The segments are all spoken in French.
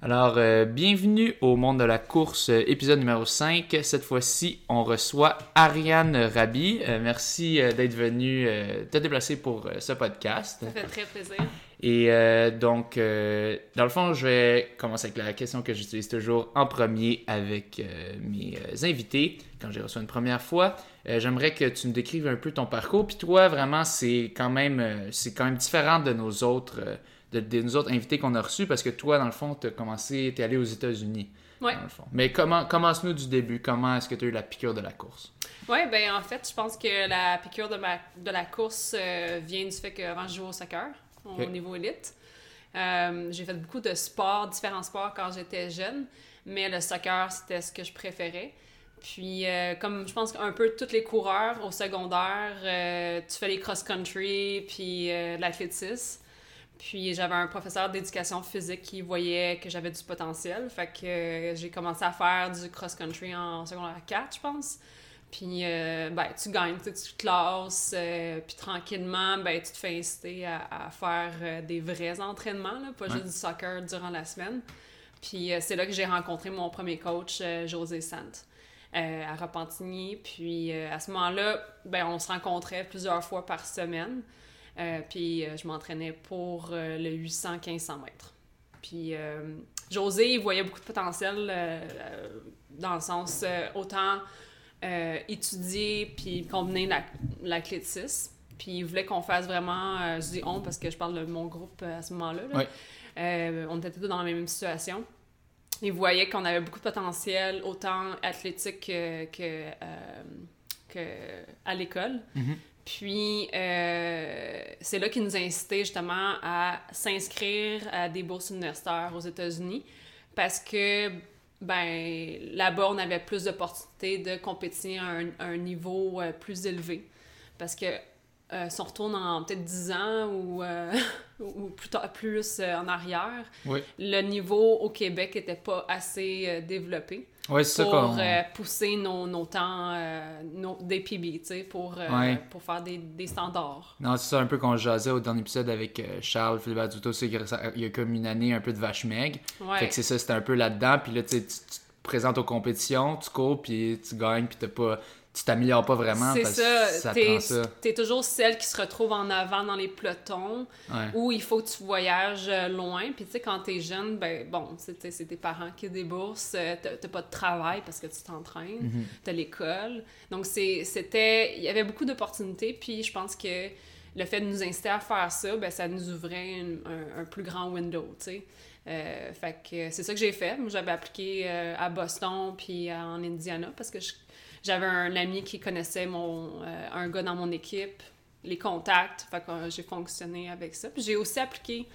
Alors, bienvenue au Monde de la course, épisode numéro 5. Cette fois-ci, on reçoit Ariane Raby. Merci d'être venue te déplacer pour ce podcast. Ça fait très plaisir. Et donc, dans le fond, je vais commencer avec la question que j'utilise toujours en premier avec mes invités, quand j'ai reçu une première fois. J'aimerais que tu me décrives un peu ton parcours. Puis toi, vraiment, c'est quand même différent de nos autres... de nous autres invités qu'on a reçus, parce que toi, dans le fond, t'es allé aux États-Unis. Oui. Dans le fond. Mais commence-nous du début. Comment est-ce que tu as eu la piqûre de la course? Oui, ben en fait, je pense que la piqûre de la course vient du fait qu'avant, je jouais au soccer, au niveau élite. J'ai fait beaucoup de sports, différents sports quand j'étais jeune, mais le soccer, c'était ce que je préférais. Puis, comme je pense qu'un peu tous les coureurs au secondaire, tu fais les cross-country, puis l'athlétisme. Puis j'avais un professeur d'éducation physique qui voyait que j'avais du potentiel. Fait que j'ai commencé à faire du cross-country en secondaire 4, je pense. Puis tu gagnes, tu te classes, puis tranquillement, tu te fais inciter à faire des vrais entraînements, là, pas juste du soccer durant la semaine. Puis c'est là que j'ai rencontré mon premier coach, José Sant, à Repentigny. Puis à ce moment-là, on se rencontrait plusieurs fois par semaine. Puis je m'entraînais pour le 800-1500 mètres. Puis José, il voyait beaucoup de potentiel dans le sens autant étudier puis combiner l'athlétisme. Puis il voulait qu'on fasse vraiment, je dis on parce que je parle de mon groupe à ce moment-là. Oui. On était tous dans la même situation. Il voyait qu'on avait beaucoup de potentiel, autant athlétique que à l'école. Mm-hmm. Puis, c'est là qu'il nous a incité justement à s'inscrire à des bourses universitaires aux États-Unis parce que, là-bas, on avait plus d'opportunités de compétir à un niveau plus élevé. Parce que si on retourne en peut-être 10 ans ou plus en arrière, le niveau au Québec n'était pas assez développé. Ouais, c'est pour pousser nos temps, des PB, tu sais, pour faire des standards. Non, c'est ça un peu qu'on jasait au dernier épisode avec Charles Philippe Aduto, il y a comme une année un peu de vache maigre. Ouais. Fait que c'est ça, c'était un peu là-dedans. Puis là, tu te présentes aux compétitions, tu cours, puis tu gagnes, puis tu t'améliores pas vraiment. C'est parce ça. Que ça t'es toujours celle qui se retrouve en avant dans les pelotons, où il faut que tu voyages loin. Puis tu sais, quand t'es jeune, c'est tes parents qui déboursent, t'as pas de travail parce que tu t'entraînes, t'as l'école. Donc il y avait beaucoup d'opportunités, puis je pense que le fait de nous inciter à faire ça, ça nous ouvrait un plus grand window, tu sais. Fait que c'est ça que j'ai fait. Moi, j'avais appliqué à Boston puis en Indiana parce que j'avais un ami qui connaissait un gars dans mon équipe, les contacts, fait que j'ai fonctionné avec ça. Puis j'ai aussi appliqué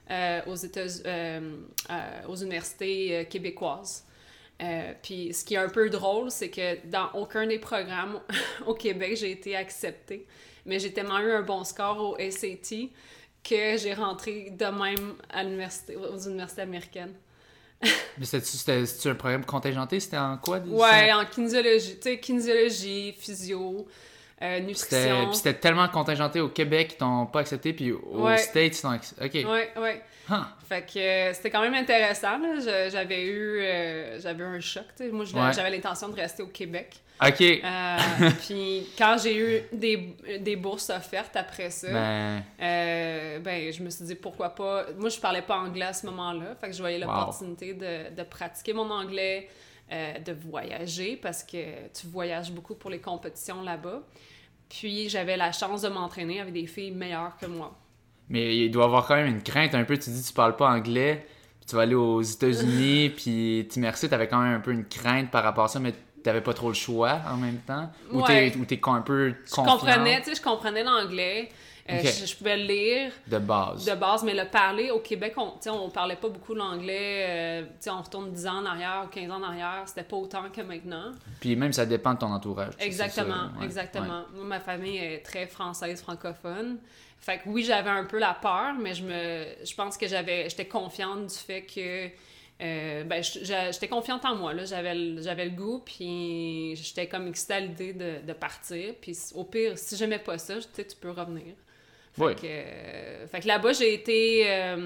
aux universités québécoises. Puis ce qui est un peu drôle, c'est que dans aucun des programmes au Québec, j'ai été acceptée. Mais j'ai tellement eu un bon score au SAT que j'ai rentré de même aux universités américaines. Mais c'était un programme contingenté? C'était en quoi? Ouais, en kinésiologie. Tu sais, kinésiologie, physio, nutrition. Puis c'était tellement contingenté au Québec qu'ils t'ont pas accepté, puis aux States, ils t'ont accepté. OK. Ouais. Huh. Fait que c'était quand même intéressant, là. J'avais un choc, tu sais. Moi, j'avais l'intention de rester au Québec. OK. Puis quand j'ai eu des bourses offertes après ça, je me suis dit pourquoi pas. Moi, je parlais pas anglais à ce moment-là, fait que je voyais l'opportunité de pratiquer mon anglais, de voyager parce que tu voyages beaucoup pour les compétitions là-bas. Puis j'avais la chance de m'entraîner avec des filles meilleures que moi. Mais il doit y avoir quand même une crainte un peu. Tu dis tu parles pas anglais, puis tu vas aller aux États-Unis, puis t'immerser, t'avais quand même un peu une crainte par rapport à ça, mais t'avais pas trop le choix en même temps? Ou t'es un peu confiante? Je comprenais l'anglais. Okay. Je pouvais le lire. De base, mais le parler, au Québec, on parlait pas beaucoup l'anglais. On retourne 10 ans en arrière ou 15 ans en arrière, c'était pas autant que maintenant. Puis même, ça dépend de ton entourage. Exactement. Moi, ma famille est très française, francophone. Fait que oui, j'avais un peu la peur, mais je pense que j'étais confiante du fait que j'étais confiante en moi, là. J'avais le goût, puis j'étais comme excitée à l'idée de partir. Puis au pire, si j'aimais pas ça, tu peux revenir. Fait que là-bas, j'ai été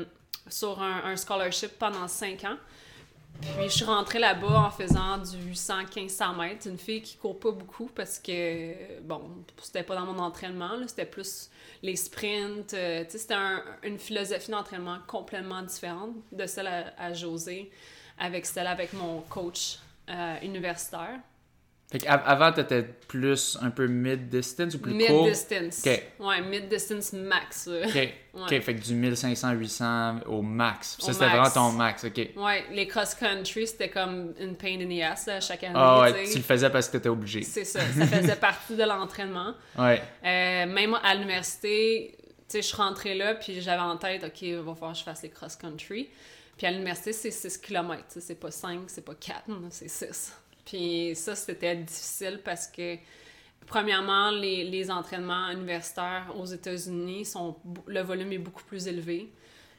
sur un scholarship pendant 5 ans. Puis je suis rentrée là-bas en faisant du 100-1500 mètres. Une fille qui court pas beaucoup parce que, bon, c'était pas dans mon entraînement, là, c'était plus les sprints. Tu sais, c'était une philosophie d'entraînement complètement différente de celle à José, avec celle avec mon coach universitaire. Fait qu'avant, t'étais plus un peu mid-distance ou plus court? Mid-distance. OK. Ouais, mid-distance max. OK. Ouais. OK, fait que du 1500-800 au max. Ça, Au c'était max. vraiment ton max, OK. Ouais, les cross-country, c'était comme une pain in the ass là, chaque année. Ah ouais, t'sais. tu le faisais parce que t'étais obligé. C'est ça, ça faisait partie de l'entraînement. Ouais. Même à l'université, tu sais, je suis rentrée là, puis j'avais en tête, OK, il va falloir que je fasse les cross-country. Puis à l'université, c'est 6 km, c'est pas 5, c'est pas 4, c'est 6. Puis ça, c'était difficile parce que, premièrement, les entraînements universitaires aux États-Unis, le volume est beaucoup plus élevé.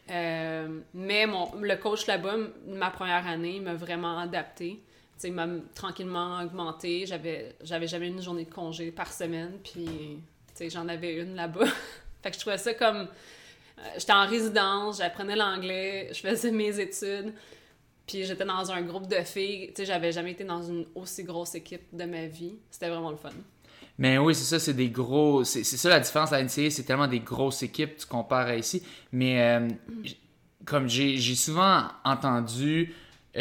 Mais le coach là-bas, ma première année, il m'a vraiment adapté. T'sais, il m'a tranquillement augmenté. J'avais jamais une journée de congé par semaine, puis j'en avais une là-bas. Fait que je trouvais ça comme... j'étais en résidence, j'apprenais l'anglais, je faisais mes études. Puis j'étais dans un groupe de filles. Tu sais, j'avais jamais été dans une aussi grosse équipe de ma vie. C'était vraiment le fun. Mais oui, c'est ça, c'est des gros... C'est ça la différence à la NCAA, c'est tellement des grosses équipes, tu compares à ici. Mais comme j'ai souvent entendu...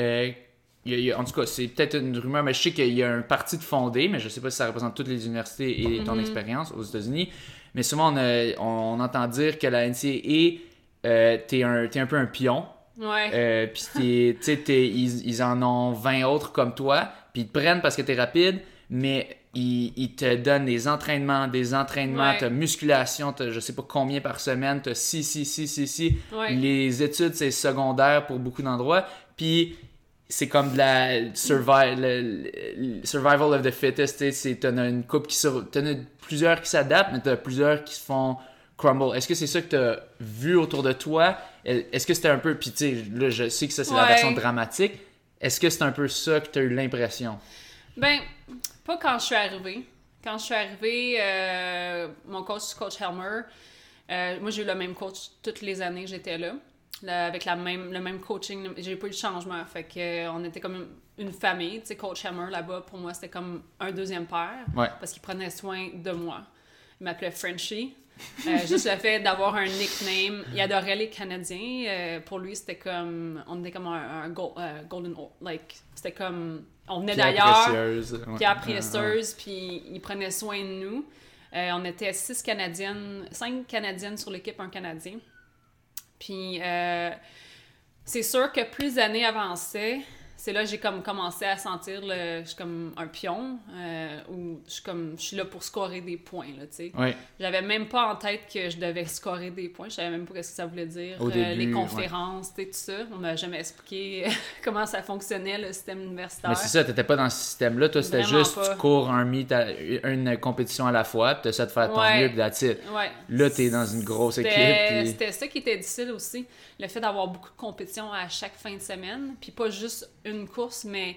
en tout cas, c'est peut-être une rumeur, mais je sais qu'il y a un parti de fondé, mais je sais pas si ça représente toutes les universités et ton expérience aux États-Unis. Mais souvent, on entend dire que la NCAA, t'es un peu un pion. Ouais. Puis ils en ont 20 autres comme toi, puis ils te prennent parce que t'es rapide, mais ils te donnent des entraînements, Ouais. t'as musculation, t'as je sais pas combien par semaine, t'as ci. Ouais. Les études, c'est secondaire pour beaucoup d'endroits, puis c'est comme de la survival of the fittest, t'en as une couple t'en as plusieurs qui s'adaptent, mais t'as plusieurs qui se font crumble. Est-ce que c'est ça que t'as vu autour de toi? Est-ce que c'était un peu... Puis tu sais, là, je sais que ça, c'est la version dramatique. Est-ce que c'est un peu ça que t'as eu l'impression? Ben, pas quand je suis arrivée. Quand je suis arrivée, mon coach Helmer, moi j'ai eu le même coach toutes les années que j'étais là. Avec le même coaching, j'ai pas eu de changement. Fait que on était comme une famille. Tu sais, coach Helmer là-bas, pour moi, c'était comme un deuxième père. Ouais. Parce qu'il prenait soin de moi. Il m'appelait Frenchie. Juste le fait d'avoir un nickname. Il adorait les Canadiens. Pour lui, c'était comme... On était comme un golden... Like, c'était comme... On venait d'ailleurs. Pierre précieuse. Puis il prenait soin de nous. On était 5 Canadiennes sur l'équipe, un Canadien. Puis c'est sûr que plus les années avançaient, c'est là que j'ai comme commencé à sentir je suis comme un pion ou je suis là pour scorer des points là, tu sais. Ouais. J'avais même pas en tête que je devais scorer des points, je savais même pas ce que ça voulait dire. Au début, les conférences, tu sais, tout ça, on m'a jamais expliqué comment ça fonctionnait le système universitaire. Mais c'est ça, t'étais pas dans ce système-là, toi c'était Vraiment juste pas. tu cours une compétition à la fois, puis t'essaies de faire ton mieux, puis that's it. Ouais. Là, t'es dans une grosse équipe. Puis... C'était ça qui était difficile aussi, le fait d'avoir beaucoup de compétitions à chaque fin de semaine, puis pas juste une course, mais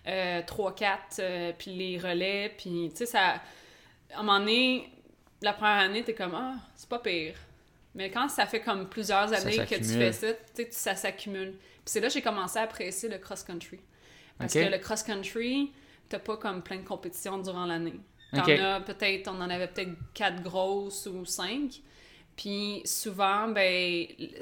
3-4, puis les relais, puis tu sais, ça... À un moment donné, la première année, t'es comme « Ah, c'est pas pire ». Mais quand ça fait comme plusieurs années que tu fais ça, tu sais, ça s'accumule. Puis c'est là que j'ai commencé à apprécier le cross-country. Parce que le cross-country, t'as pas comme plein de compétitions durant l'année. On en avait peut-être 4 grosses ou 5. Puis souvent, ben,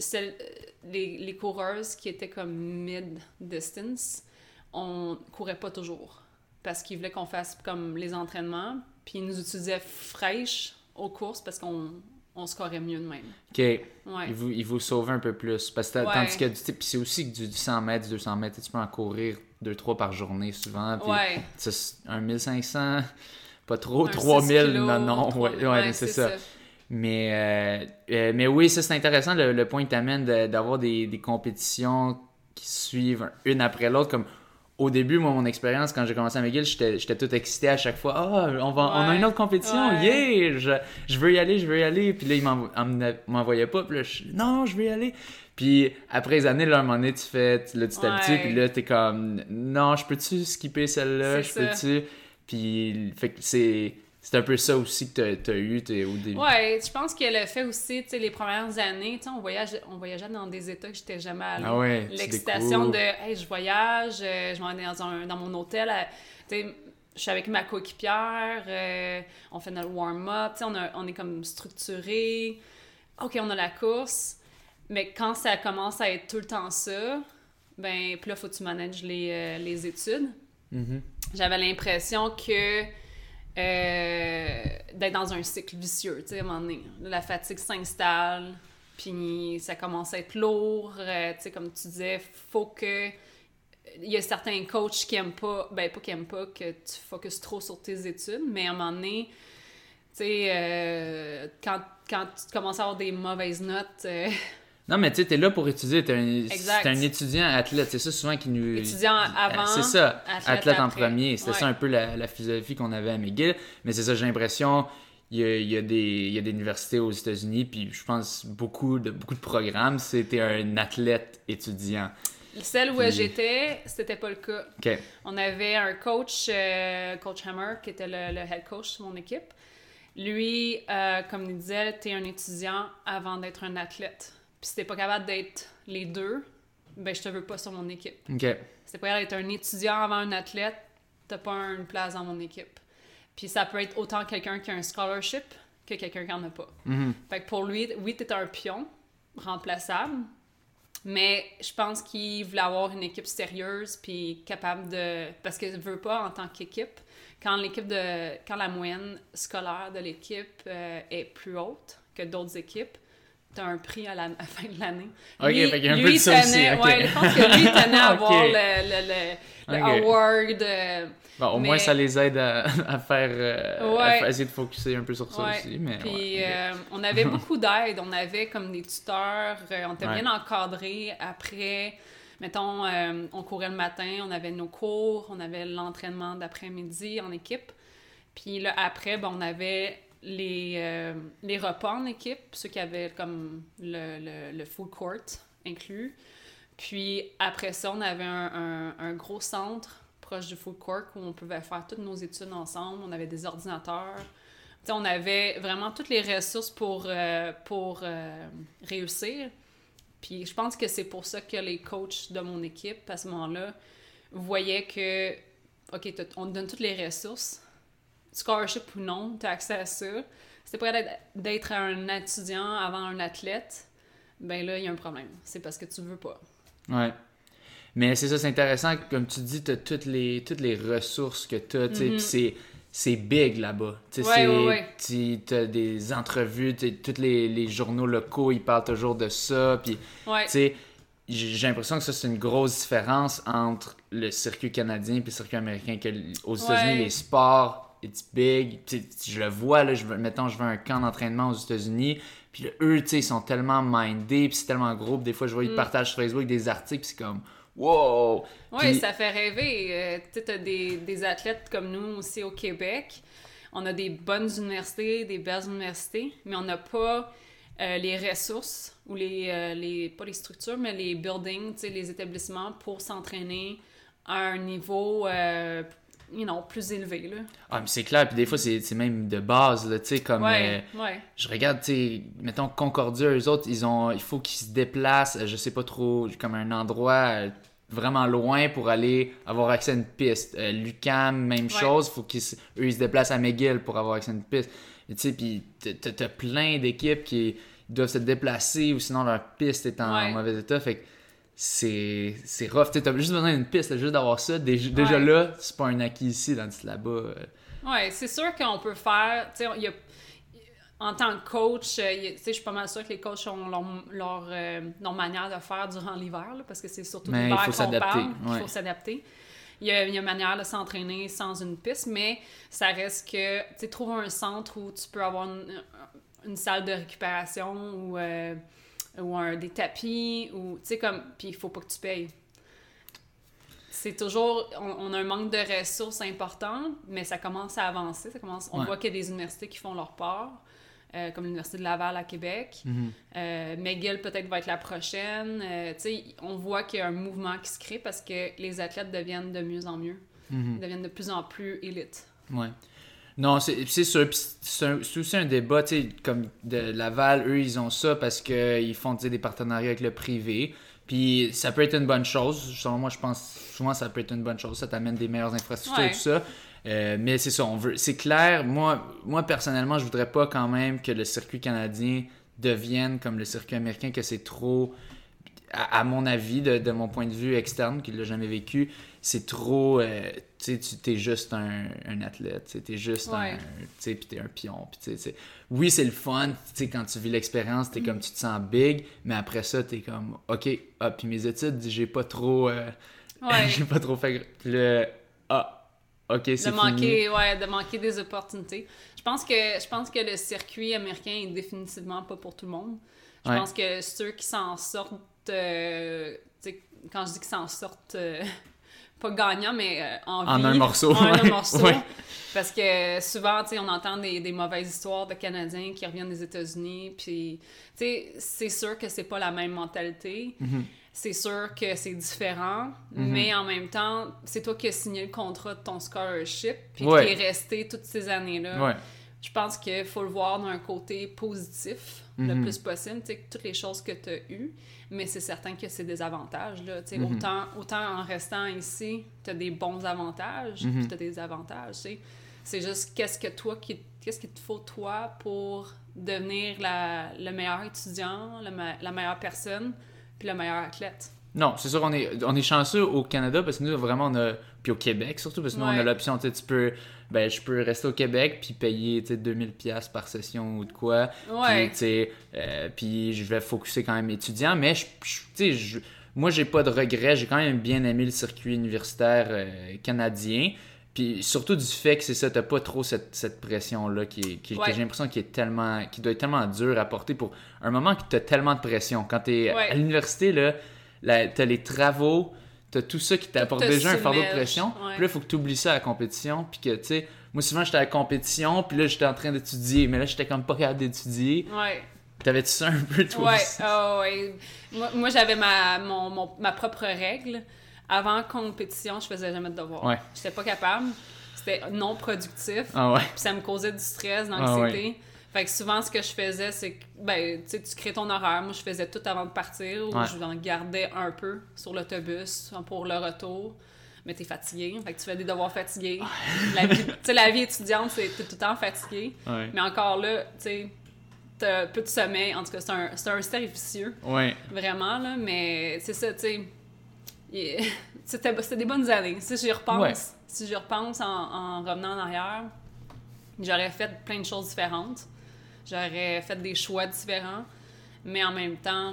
les coureuses qui étaient comme mid-distance, on courait pas toujours. Parce qu'ils voulaient qu'on fasse comme les entraînements. Puis ils nous utilisaient fraîches aux courses parce qu'on scorait mieux de même. OK. Ouais. Il vous sauve un peu plus. Parce que tandis que puis c'est aussi que du 100 mètres, 200 mètres, tu peux en courir 2-3 par journée souvent. Puis un 1500, pas trop, 3000, non. Ouais, c'est ça. Mais oui, ça c'est intéressant le point que tu amènes d'avoir des compétitions qui suivent une après l'autre. Comme au début, moi, mon expérience, quand j'ai commencé à McGill, j'étais tout excité à chaque fois. Ah, on a une autre compétition, yeah! Je veux y aller. Puis là, ils m'envoyaient pas. Puis là, non, je veux y aller. Puis après les années, là, à un moment donné, tu t'habitues. Puis là, t'es comme, non, je peux-tu skipper celle-là? Peux-tu? Puis fait que c'est c'est un peu ça aussi que t'as eu au début. Ouais, je pense que le fait aussi, tu sais, les premières années, tu sais, on voyageait dans des états que j'étais jamais allée. Ah ouais, l'excitation de, hey, je voyage, je m'en vais dans mon hôtel, tu sais, je suis avec ma coéquipière, on fait notre warm-up, tu sais, on est comme structuré. OK, on a la course, mais quand ça commence à être tout le temps ça, ben, puis là, faut que tu manages les études. Mm-hmm. J'avais l'impression que d'être dans un cycle vicieux, tu sais, à un moment donné. La fatigue s'installe, puis ça commence à être lourd, tu sais, comme tu disais, faut que... Il y a certains coachs qui aiment pas, ben pas qui aiment pas que tu focuses trop sur tes études, mais à un moment donné, tu sais, quand tu commences à avoir des mauvaises notes... Non, mais tu sais, t'es là pour étudier. T'es un étudiant athlète. C'est ça souvent qui nous... Étudiant avant, c'est ça, athlète en après. premier. C'était ça un peu la philosophie qu'on avait à McGill. Mais c'est ça, j'ai l'impression... Il y a des universités aux États-Unis, puis je pense beaucoup de programmes, c'était un athlète étudiant. Celle où j'étais, c'était pas le cas. Okay. On avait un coach, Coach Hammer, qui était le head coach de mon équipe. Lui, comme il disait, t'es un étudiant avant d'être un athlète. Puis si t'es pas capable d'être les deux, ben je te veux pas sur mon équipe. Okay. Si t'es pas capable d'être un étudiant avant un athlète, t'as pas une place dans mon équipe. Puis ça peut être autant quelqu'un qui a un scholarship que quelqu'un qui en a pas. Mm-hmm. Fait que pour lui, oui, t'es un pion remplaçable, mais je pense qu'il voulait avoir une équipe sérieuse puis capable de... Parce qu'il veut pas, en tant qu'équipe, quand la moyenne scolaire de l'équipe est plus haute que d'autres équipes, t'as un prix à la fin de l'année. OK, lui, fait qu'il y a un peu de ça aussi. Okay. Ouais, je pense que lui, il tenait à avoir okay. le award. Bon, au moins, ça les aide à faire... à essayer de focusser un peu sur ça aussi. Mais, puis on avait beaucoup d'aide. On avait comme des tuteurs. On était bien encadrés. Après, mettons, on courait le matin, on avait nos cours, on avait l'entraînement d'après-midi en équipe. Puis là, après, on avait... les repas en équipe, ceux qui avaient comme le food court inclus. Puis après ça, on avait un gros centre proche du food court où on pouvait faire toutes nos études ensemble. On avait des ordinateurs. T'sais, on avait vraiment toutes les ressources pour réussir. Puis je pense que c'est pour ça que les coachs de mon équipe, à ce moment-là, voyaient que, OK, on te donne toutes les ressources, scholarship ou non, tu as accès à ça. Si t'es prêt d'être un étudiant avant un athlète, ben là, il y a un problème. C'est parce que tu veux pas. Ouais. Mais c'est ça, c'est intéressant. Comme tu dis, tu as toutes les ressources que tu as. Puis c'est big là-bas. Tu as des entrevues, tous les journaux locaux, ils parlent toujours de ça. Puis, j'ai l'impression que ça, c'est une grosse différence entre le circuit canadien et le circuit américain. Aux États-Unis, les sports, it's big. Je le vois, là, mettons, je vais à un camp d'entraînement aux États-Unis. Puis là, eux, ils sont tellement mindés, puis c'est tellement gros. Des fois, je vois, ils partagent sur Facebook des articles, puis c'est comme... Wow! Oui, puis... ça fait rêver. Tu sais, t'as des athlètes comme nous aussi au Québec. On a des bonnes universités, des belles universités, mais on n'a pas les ressources ou pas les structures, mais les buildings, tu sais, les établissements pour s'entraîner à un niveau plus élevé, là. Ah, mais c'est clair, puis des fois, c'est même de base, là, tu sais, comme... je regarde, tu sais, mettons, Concordia, eux autres, il faut qu'ils se déplacent, je sais pas trop, comme un endroit vraiment loin pour aller avoir accès à une piste. l'UQAM, même chose, faut ils se déplacent à McGill pour avoir accès à une piste. Tu sais, puis t'as plein d'équipes qui doivent se déplacer, ou sinon leur piste est en mauvais état, fait que c'est rough. Tu as juste besoin d'une piste, juste d'avoir ça. Déjà là, c'est pas un acquis ici, tandis que là-bas... Ouais, c'est sûr qu'on peut faire... Tu sais, en tant que coach, je suis pas mal sûre que les coachs ont leur manière de faire durant l'hiver, là, parce que c'est surtout l'hiver qu'on parle. Il faut s'adapter. Il y a une manière de s'entraîner sans une piste, mais ça reste que... Tu sais, trouve un centre où tu peux avoir une salle de récupération ou des tapis, ou tu sais, comme, puis il faut pas que tu payes. C'est toujours, on a un manque de ressources important, mais ça commence à avancer, on voit qu'il y a des universités qui font leur part, comme l'Université de Laval à Québec. McGill peut-être va être la prochaine. Tu sais, on voit qu'il y a un mouvement qui se crée parce que les athlètes deviennent de mieux en mieux, deviennent de plus en plus élites. Ouais. Non, c'est sûr. Puis c'est aussi un débat, tu sais, comme de Laval, eux, ils ont ça parce qu'ils font, tu sais, des partenariats avec le privé. Puis ça peut être une bonne chose. Selon moi, je pense souvent ça peut être une bonne chose. Ça t'amène des meilleures infrastructures et tout ça. Mais c'est ça, c'est clair. Moi, personnellement, je voudrais pas quand même que le circuit canadien devienne comme le circuit américain, que c'est trop... À mon avis, de mon point de vue externe, qui ne l'a jamais vécu, c'est trop... tu sais, t'es juste un athlète, t'es juste un... Tu sais, puis t'es un pion. Puis oui, c'est le fun, tu sais, quand tu vis l'expérience, t'es comme, tu te sens big, mais après ça, t'es comme, OK, puis mes études, j'ai pas trop... j'ai pas trop fait le... OK, c'est fini. De manquer des opportunités. Je pense que le circuit américain est définitivement pas pour tout le monde. Je pense que ceux qui s'en sortent, quand je dis qu'ils s'en sortent, pas gagnants, mais en un morceau. Un morceau. Parce que souvent, on entend des mauvaises histoires de Canadiens qui reviennent des États-Unis, puis c'est sûr que c'est pas la même mentalité. Mm-hmm. C'est sûr que c'est différent, mais en même temps, c'est toi qui as signé le contrat de ton scholarship, puis qui est resté toutes ces années-là. Ouais. Je pense qu'il faut le voir d'un côté positif, le plus possible, toutes les choses que tu as eues, mais c'est certain que c'est des avantages. Là, autant en restant ici, tu as des bons avantages, puis tu as des avantages. C'est juste qu'est-ce qu'il te faut, toi, pour devenir le meilleur étudiant, la meilleure personne, puis le meilleur athlète. Non, c'est sûr, on est chanceux au Canada parce que nous, vraiment, puis au Québec surtout, parce que nous, on a l'option, je peux rester au Québec puis payer 2000$ par session ou de quoi. Puis je vais focusser quand même étudiant, mais moi, j'ai pas de regrets. J'ai quand même bien aimé le circuit universitaire canadien. Puis surtout du fait que c'est ça, t'as pas trop cette pression-là que j'ai l'impression qui doit être tellement dur à porter pour un moment que t'as tellement de pression. Quand t'es à l'université, t'as les travaux, t'as tout ça qui t'apporte déjà un fardeau de pression. Puis là, il faut que tu oublies ça à la compétition. Puis que, tu sais, moi, souvent, j'étais à la compétition, puis là, j'étais en train d'étudier. Mais là, j'étais comme pas capable d'étudier. Ouais. T'avais-tu ça un peu, toi aussi? Moi, j'avais ma propre règle. Avant compétition, je faisais jamais de devoirs. Ouais. J'étais pas capable. C'était non productif. Puis ça me causait du stress, de l'anxiété. Fait que souvent, ce que je faisais, c'est que tu crées ton horaire. Moi, je faisais tout avant de partir ou je en gardais un peu sur l'autobus pour le retour. Mais t'es fatigué. Fait que tu fais des devoirs fatigués. La vie étudiante, t'es tout le temps fatigué. Ouais. Mais encore là, t'as peu de sommeil. En tout cas, c'est un cercle vicieux. Ouais. Vraiment, là. Mais c'est ça, tu sais. C'était des bonnes années. Si j'y repense en revenant en arrière, j'aurais fait plein de choses différentes. J'aurais fait des choix différents. Mais en même temps,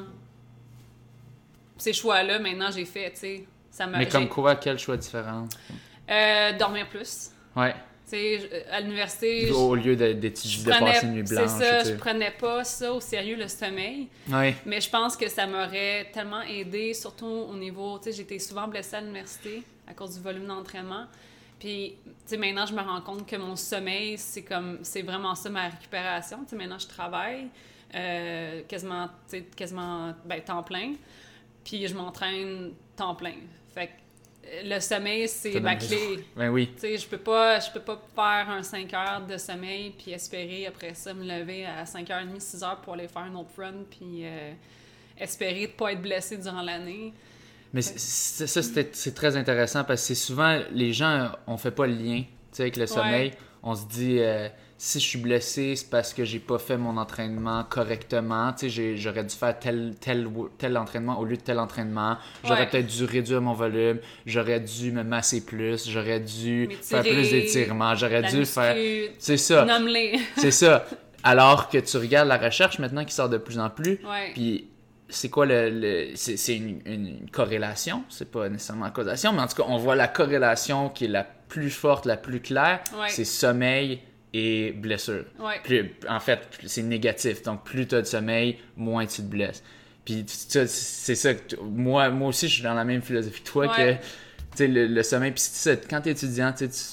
ces choix-là, maintenant, j'ai fait, tu sais, Mais comme quoi, quel choix différent? Dormir plus. Ouais. Tu sais, à l'université... Au lieu d'étudier, de passer une nuit blanche. C'est ça, je prenais pas ça au sérieux, le sommeil. Ouais. Mais je pense que ça m'aurait tellement aidé, surtout au niveau... Tu sais, j'étais souvent blessée à l'université à cause du volume d'entraînement. Puis, tu sais, maintenant, je me rends compte que mon sommeil, c'est vraiment ça ma récupération. Tu sais, maintenant, je travaille quasiment temps plein. Puis, je m'entraîne temps plein. Fait que le sommeil, c'est ma clé. Ben oui. Tu sais, je peux pas faire un 5 heures de sommeil puis espérer après ça me lever à 5h30, 6h pour aller faire un autre run puis espérer de pas être blessé durant l'année. Mais c'est très intéressant parce que c'est souvent, les gens, on fait pas le lien avec le sommeil. On se dit, si je suis blessé, c'est parce que j'ai pas fait mon entraînement correctement. J'aurais dû faire tel entraînement au lieu de tel entraînement. J'aurais peut-être dû réduire mon volume. J'aurais dû me masser plus. J'aurais dû faire plus d'étirements. J'aurais dû faire... C'est ça. Nomme-les. C'est ça. Alors que tu regardes la recherche maintenant qui sort de plus en plus. Puis c'est quoi c'est une corrélation. C'est pas nécessairement une causation. Mais en tout cas, on voit la corrélation qui est la plus forte, la plus claire. C'est sommeil et blessure. En fait, c'est négatif. Donc, plus tu as de sommeil, moins tu te blesses. Puis, c'est ça. Moi aussi, je suis dans la même philosophie que toi que le sommeil. Puis, quand tu es étudiant,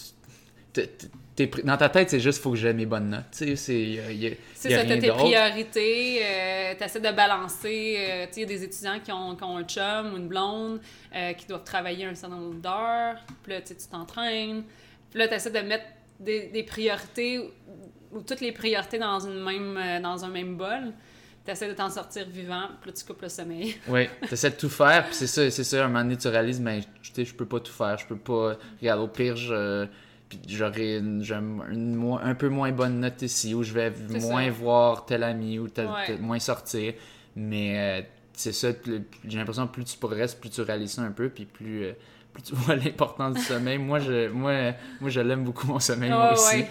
dans ta tête, c'est juste qu'il faut que j'ai mes bonnes notes. C'est ça, tu as tes priorités. Tu essaies de balancer. Il y a des étudiants qui ont un chum ou une blonde qui doivent travailler un certain nombre d'heures. Puis là, tu t'entraînes. Puis là, tu essaies de mettre des priorités ou toutes les priorités dans un même bol, t'essaies de t'en sortir vivant, puis là, tu coupes le sommeil. Oui, t'essaies de tout faire, puis c'est ça, à un moment donné, tu réalises, mais je peux pas tout faire, je peux pas... Regarde, au pire, j'aurai un peu moins bonne note ici, ou je vais moins voir tel ami, ou moins sortir, mais c'est ça, j'ai l'impression que plus tu progresses, plus tu réalises ça un peu, puis plus tu vois l'importance du sommeil. Moi, je l'aime beaucoup, mon sommeil, moi aussi.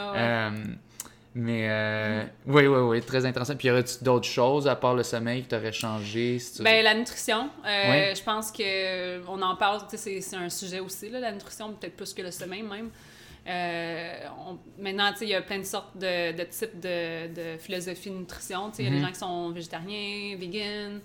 Oui, très intéressant. Puis y aurait-tu d'autres choses à part le sommeil qui t'auraient changé? La nutrition. Je pense qu'on en parle, c'est un sujet aussi, là, la nutrition, peut-être plus que le sommeil même. Maintenant, il y a plein de sortes de types de philosophie de nutrition. Il y a des gens qui sont végétariens, vegan,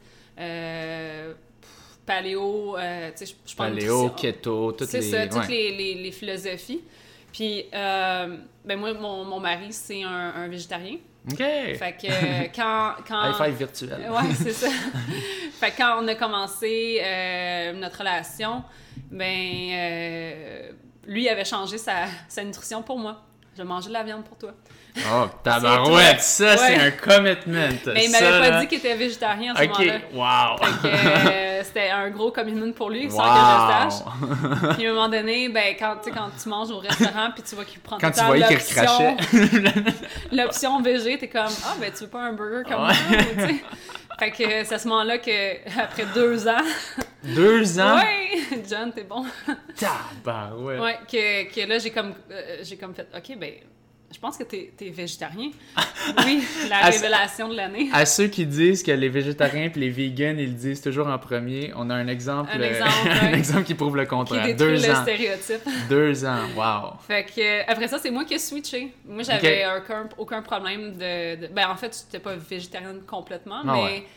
paléo, je pense paléo, keto, toutes les philosophies. Puis, moi, mon mari, c'est un végétarien. OK! Fait que quand... High five virtuel. Ouais, c'est ça. Fait que quand on a commencé notre relation, lui avait changé sa nutrition pour moi. Je mangeais de la viande pour toi. Oh, tabarouette! Ça, c'est un commitment! Mais il m'avait pas dit qu'il était végétarien à ce moment-là. Wow! Fait que c'était un gros commitment pour lui, sans que je le sache. Puis à un moment donné, quand tu manges au restaurant, puis tu vois qu'il prend tout le temps l'option végé, t'es comme « Ah, tu veux pas un burger comme moi? » Fait que c'est à ce moment-là qu'après 2 ans... 2 ans? Ouais! John, t'es bon. Tabarouette! Ouais, que là, j'ai comme fait « OK, je pense que t'es végétarien. » Oui, la révélation de l'année. À ceux qui disent que les végétariens et les vegans, ils le disent toujours en premier, on a un exemple qui prouve le contraire. Qui détruit le stéréotype. 2 ans, wow! Fait que après ça, c'est moi qui ai switché. Moi, j'avais aucun problème en fait, j'étais pas végétarienne complètement, mais...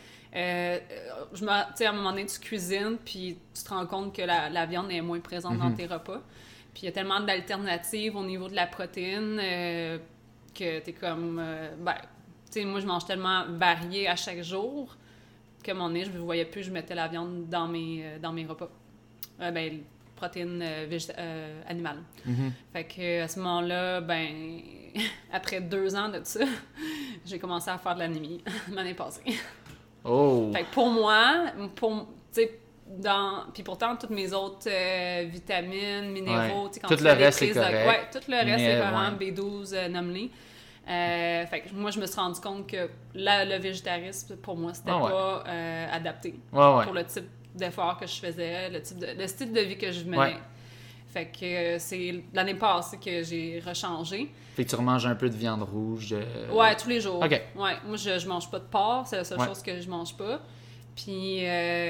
tu sais, à un moment donné, tu cuisines, puis tu te rends compte que la viande est moins présente dans tes repas. Puis il y a tellement d'alternatives au niveau de la protéine que t'es comme... tu sais, moi, je mange tellement varié à chaque jour qu'à un moment donné, je ne voyais plus, je mettais la viande dans mes repas. Protéines animales. Fait que à ce moment-là, après 2 ans de ça, j'ai commencé à faire de l'anémie l'année passée. Oh! Fait que pour moi, tu sais, puis pourtant, toutes mes autres vitamines, minéraux, tu sais, quand tout le reste est correct. Ouais, tout le reste est correct, B12, nomme-les. Fait que moi, je me suis rendu compte que le végétarisme, pour moi, c'était pas adapté pour le type d'effort que je faisais, le style de vie que je menais. Ouais. Fait que c'est l'année passée que j'ai rechangé. Fait que tu remanges un peu de viande rouge? Ouais, tous les jours. OK. Ouais, moi, je mange pas de porc, c'est la seule chose que je mange pas. Puis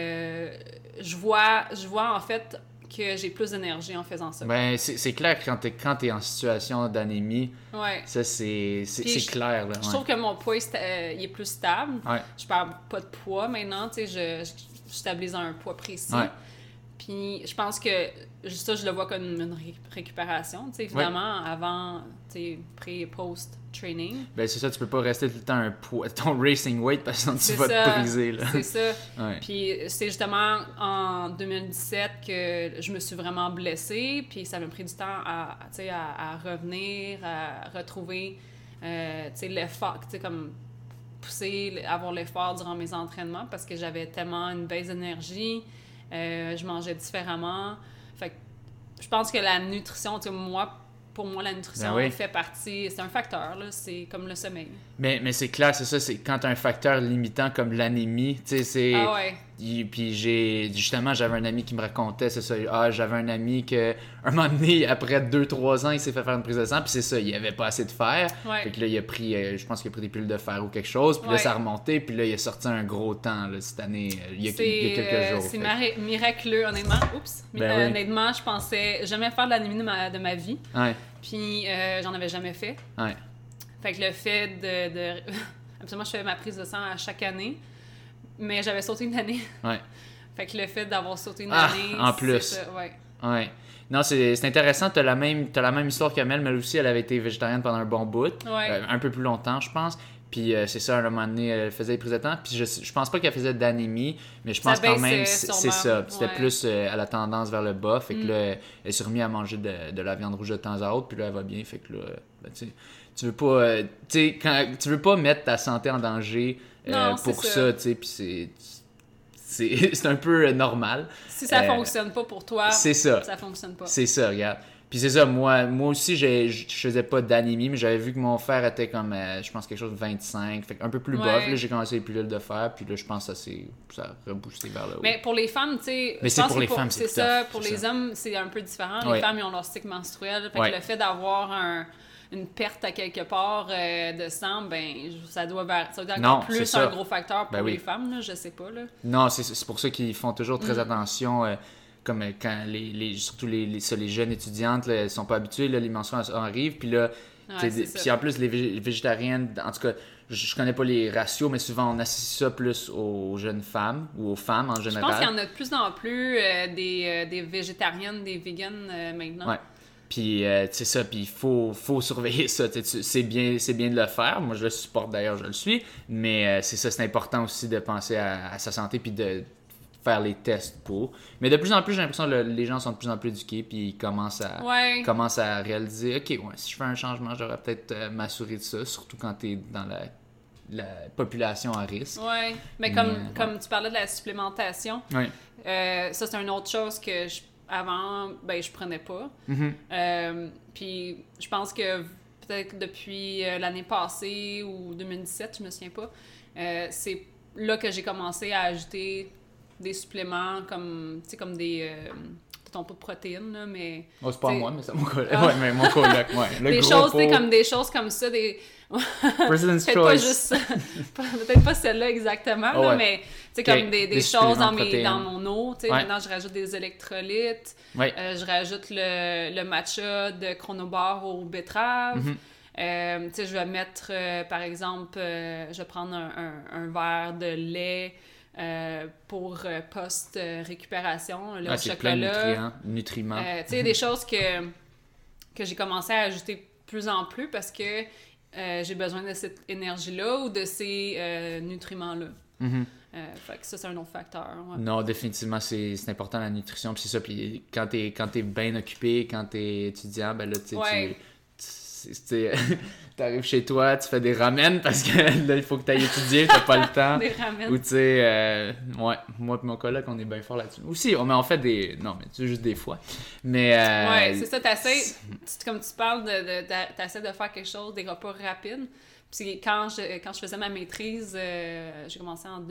je vois en fait que j'ai plus d'énergie en faisant ça. C'est clair que quand t'es en situation d'anémie, ça c'est clair. Là, je trouve que mon poids il est plus stable. Ouais. Je perds pas de poids maintenant, tu sais, je stabilise à un poids précis. Ouais. Puis je pense que ça, je le vois comme une récupération. Tu sais, évidemment, avant, tu sais, pré- et post-training. C'est ça, tu peux pas rester tout le temps ton racing weight parce que sinon tu vas te briser. Là. C'est ça. Ouais. Puis c'est justement en 2017 que je me suis vraiment blessée. Puis ça m'a pris du temps à revenir, à retrouver l'effort, tu sais, comme pousser, avoir l'effort durant mes entraînements parce que j'avais tellement une baisse d'énergie. Je mangeais différemment. Fait que je pense que la nutrition, pour moi, la nutrition fait partie... C'est un facteur, là. C'est comme le sommeil. Mais c'est clair, c'est ça. C'est quand t'as un facteur limitant comme l'anémie, tu sais, c'est... Ah ouais. Puis j'avais un ami qui me racontait, c'est ça. J'avais un ami que un moment donné, après 2-3 ans, il s'est fait faire une prise de sang, puis c'est ça, il avait pas assez de fer. Ouais. Fait que là, il a pris, je pense qu'il a pris des pilules de fer ou quelque chose, puis là, ça a remonté, puis là, il a sorti un gros temps, là, cette année, il y a quelques jours. C'est miraculeux, honnêtement. Oups! Honnêtement, je pensais jamais faire de l'anémie de ma vie. Ouais. Puis j'en avais jamais fait. Ouais. Fait que le fait de... Absolument, je fais ma prise de sang à chaque année, mais j'avais sauté une année. Ouais. Fait que le fait d'avoir sauté une année... en plus. Ça, ouais. Non, c'est intéressant. T'as la même histoire qu'Amel, mais aussi, elle avait été végétarienne pendant un bon bout. Ouais. Un peu plus longtemps, je pense. Puis c'est ça, à un moment donné, elle faisait des prises de temps. Puis je pense pas qu'elle faisait d'anémie, mais je pense quand même c'est ça. C'était plus à la tendance vers le bas. Fait que là, elle s'est remise à manger de la viande rouge de temps à autre. Puis là, elle va bien. Fait que là, ben, tu veux pas... tu veux pas mettre ta santé en danger pour ça, tu sais. Puis c'est un peu normal. Si ça fonctionne pas pour toi, c'est ça fonctionne pas. C'est ça, regarde. Puis c'est ça, moi aussi, je faisais pas d'anémie, mais j'avais vu que mon fer était comme, je pense, quelque chose de 25, fait un peu plus bas. Là, j'ai commencé les pilules de fer, puis là, je pense que ça a reboosté vers le haut. Mais pour les femmes, tu sais... Mais c'est pour les femmes, c'est ça. Pour les hommes, c'est un peu différent. Les femmes, ils ont leur cycle menstruel. Fait que le fait d'avoir une perte à quelque part de sang, ben ça doit être encore plus un gros facteur pour les femmes, là, je sais pas. Là. Non, c'est pour ça qu'ils font toujours très attention... comme quand surtout les jeunes étudiantes, là, elles sont pas habituées, là, les menstruations arrivent, puis là, puis en plus, les végétariennes, en tout cas, je connais pas les ratios, mais souvent, on associe ça plus aux jeunes femmes, ou aux femmes en général. Je pense qu'il y en a de plus en plus des végétariennes, des véganes maintenant. Ouais. Puis, c'est ça, puis il faut surveiller ça. C'est bien de le faire. Moi, je le supporte d'ailleurs, je le suis. Mais c'est ça, c'est important aussi de penser à sa santé, puis de faire les tests pour. Mais de plus en plus, j'ai l'impression que les gens sont de plus en plus éduqués, puis ils commencent à réaliser, OK, ouais, si je fais un changement, j'aurais peut-être m'assurer de ça, surtout quand tu es dans la population à risque. Oui, mais comme tu parlais de la supplémentation, ça, c'est une autre chose que avant, je prenais pas. Puis je pense que peut-être depuis l'année passée ou 2017, je me souviens pas, c'est là que j'ai commencé à ajouter des suppléments comme des pas de protéines là, mais c'est pas moi, mais c'est mon coloc. Mais mon coloc, des choses comme des choses comme ça, des President's peut-être Choice. pas juste peut-être pas celle-là exactement là, mais comme des choses dans mon eau, maintenant je rajoute des électrolytes, je rajoute le matcha de Chronobar aux betteraves. Je vais mettre par exemple je vais prendre un verre de lait pour post-récupération, le chocolat. Plein de nutriments. Des choses que j'ai commencé à ajouter de plus en plus parce que j'ai besoin de cette énergie-là ou de ces nutriments-là. Fait que ça, c'est un autre facteur. Ouais. Non, définitivement, c'est important la nutrition. Puis c'est ça, puis quand t'es bien occupé, quand t'es étudiant, ben là, t'arrives chez toi, tu fais des ramen parce que là, il faut que t'ailles étudier, t'as pas le temps. Des ramen. Ou tu sais, moi et mon coloc, on est bien fort là-dessus. Aussi, on fait des... Non, mais c'est juste des fois. Mais... c'est ça, t'essaies... Comme tu parles, t'essaies de faire quelque chose, des repas rapides. Puis quand je faisais ma maîtrise, j'ai commencé en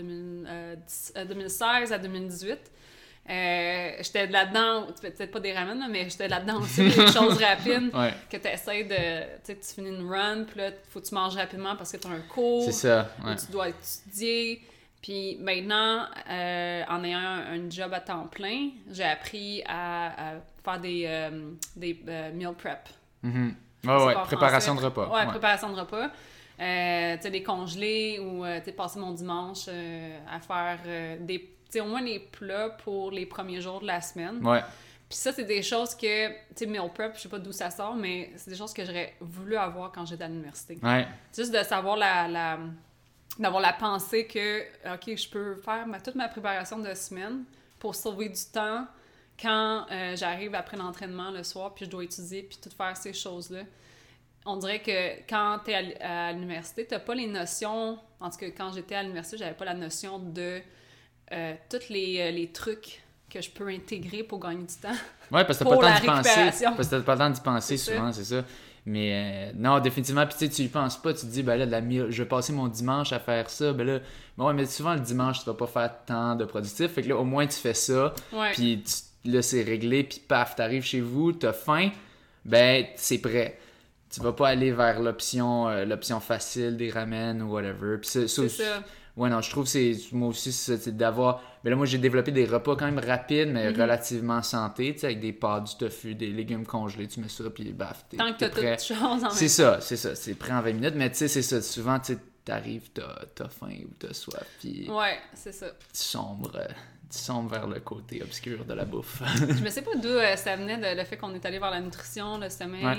2016 à 2018. J'étais là-dedans, peut-être pas des ramen, mais j'étais là-dedans aussi, des choses rapides que tu essaies de... Tu sais, tu finis une run, puis là, il faut que tu manges rapidement parce que tu as un cours. C'est ça, où tu dois étudier. Puis maintenant, en ayant un job à temps plein, j'ai appris à faire des meal prep. Préparation de repas. Préparation de repas. Tu sais, des congelés ou passer mon dimanche à faire au moins les plats pour les premiers jours de la semaine. Puis ça, c'est des choses que, tu sais, meal prep, je sais pas d'où ça sort, mais c'est des choses que j'aurais voulu avoir quand j'étais à l'université. Juste de savoir d'avoir la pensée que, OK, je peux faire toute ma préparation de semaine pour sauver du temps quand j'arrive après l'entraînement le soir, puis je dois étudier, puis tout faire ces choses-là. On dirait que quand tu es à l'université, tu n'as pas les notions... En tout cas, quand j'étais à l'université, j'avais pas la notion de tous les trucs que je peux intégrer pour gagner du temps. Parce que t'as pas le temps d'y penser. Parce que t'as pas le temps d'y penser souvent, c'est ça. Mais non, définitivement, puis tu y penses pas, tu te dis, ben là, je vais passer mon dimanche à faire ça, ben là, mais souvent le dimanche, tu vas pas faire tant de productif, fait que là, au moins, tu fais ça, puis là, c'est réglé, puis paf, t'arrives chez vous, t'as faim, ben, c'est prêt. Tu vas pas aller vers l'option facile des ramen ou whatever. Puis c'est ça. Ouais, non, je trouve que c'est... Moi aussi, c'est d'avoir... Mais là, moi, j'ai développé des repas quand même rapides, mais relativement santé, tu sais, avec des pâtes, du tofu, des légumes congelés, tu mets ça, puis baf, tant que t'as prêt. toutes choses en même temps. C'est ça. C'est prêt en 20 minutes, mais tu sais, c'est ça. Souvent, tu sais, t'arrives, t'as faim ou t'as soif, puis... Ouais, c'est ça. Tu sombres vers le côté obscur de la bouffe. Je me sais pas d'où ça venait, le fait qu'on est allé vers la nutrition, le sommeil.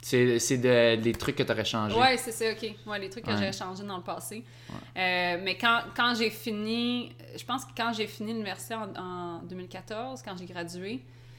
des trucs que tu aurais changés. Ouais, c'est ça, ok. Ouais, les trucs que j'aurais changés dans le passé. Ouais. Mais quand j'ai fini, je pense que quand j'ai fini l'université en 2014, quand j'ai gradué,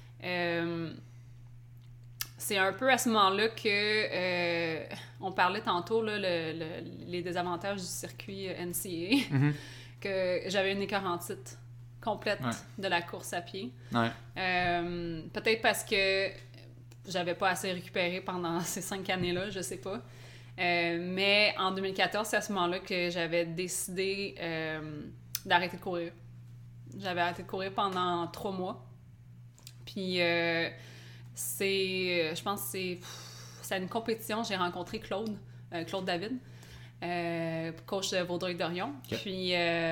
c'est un peu à ce moment-là que on parlait tantôt là, les désavantages du circuit NCAA, que j'avais une écart en titre complète de la course à pied. Ouais. Peut-être parce que j'avais pas assez récupéré pendant ces 5 années-là, je sais pas. Mais en 2014, c'est à ce moment-là que j'avais décidé d'arrêter de courir. J'avais arrêté de courir pendant 3 mois. Puis je pense que c'est une compétition, j'ai rencontré Claude David, coach de Vaudreuil-Dorion. Okay. Puis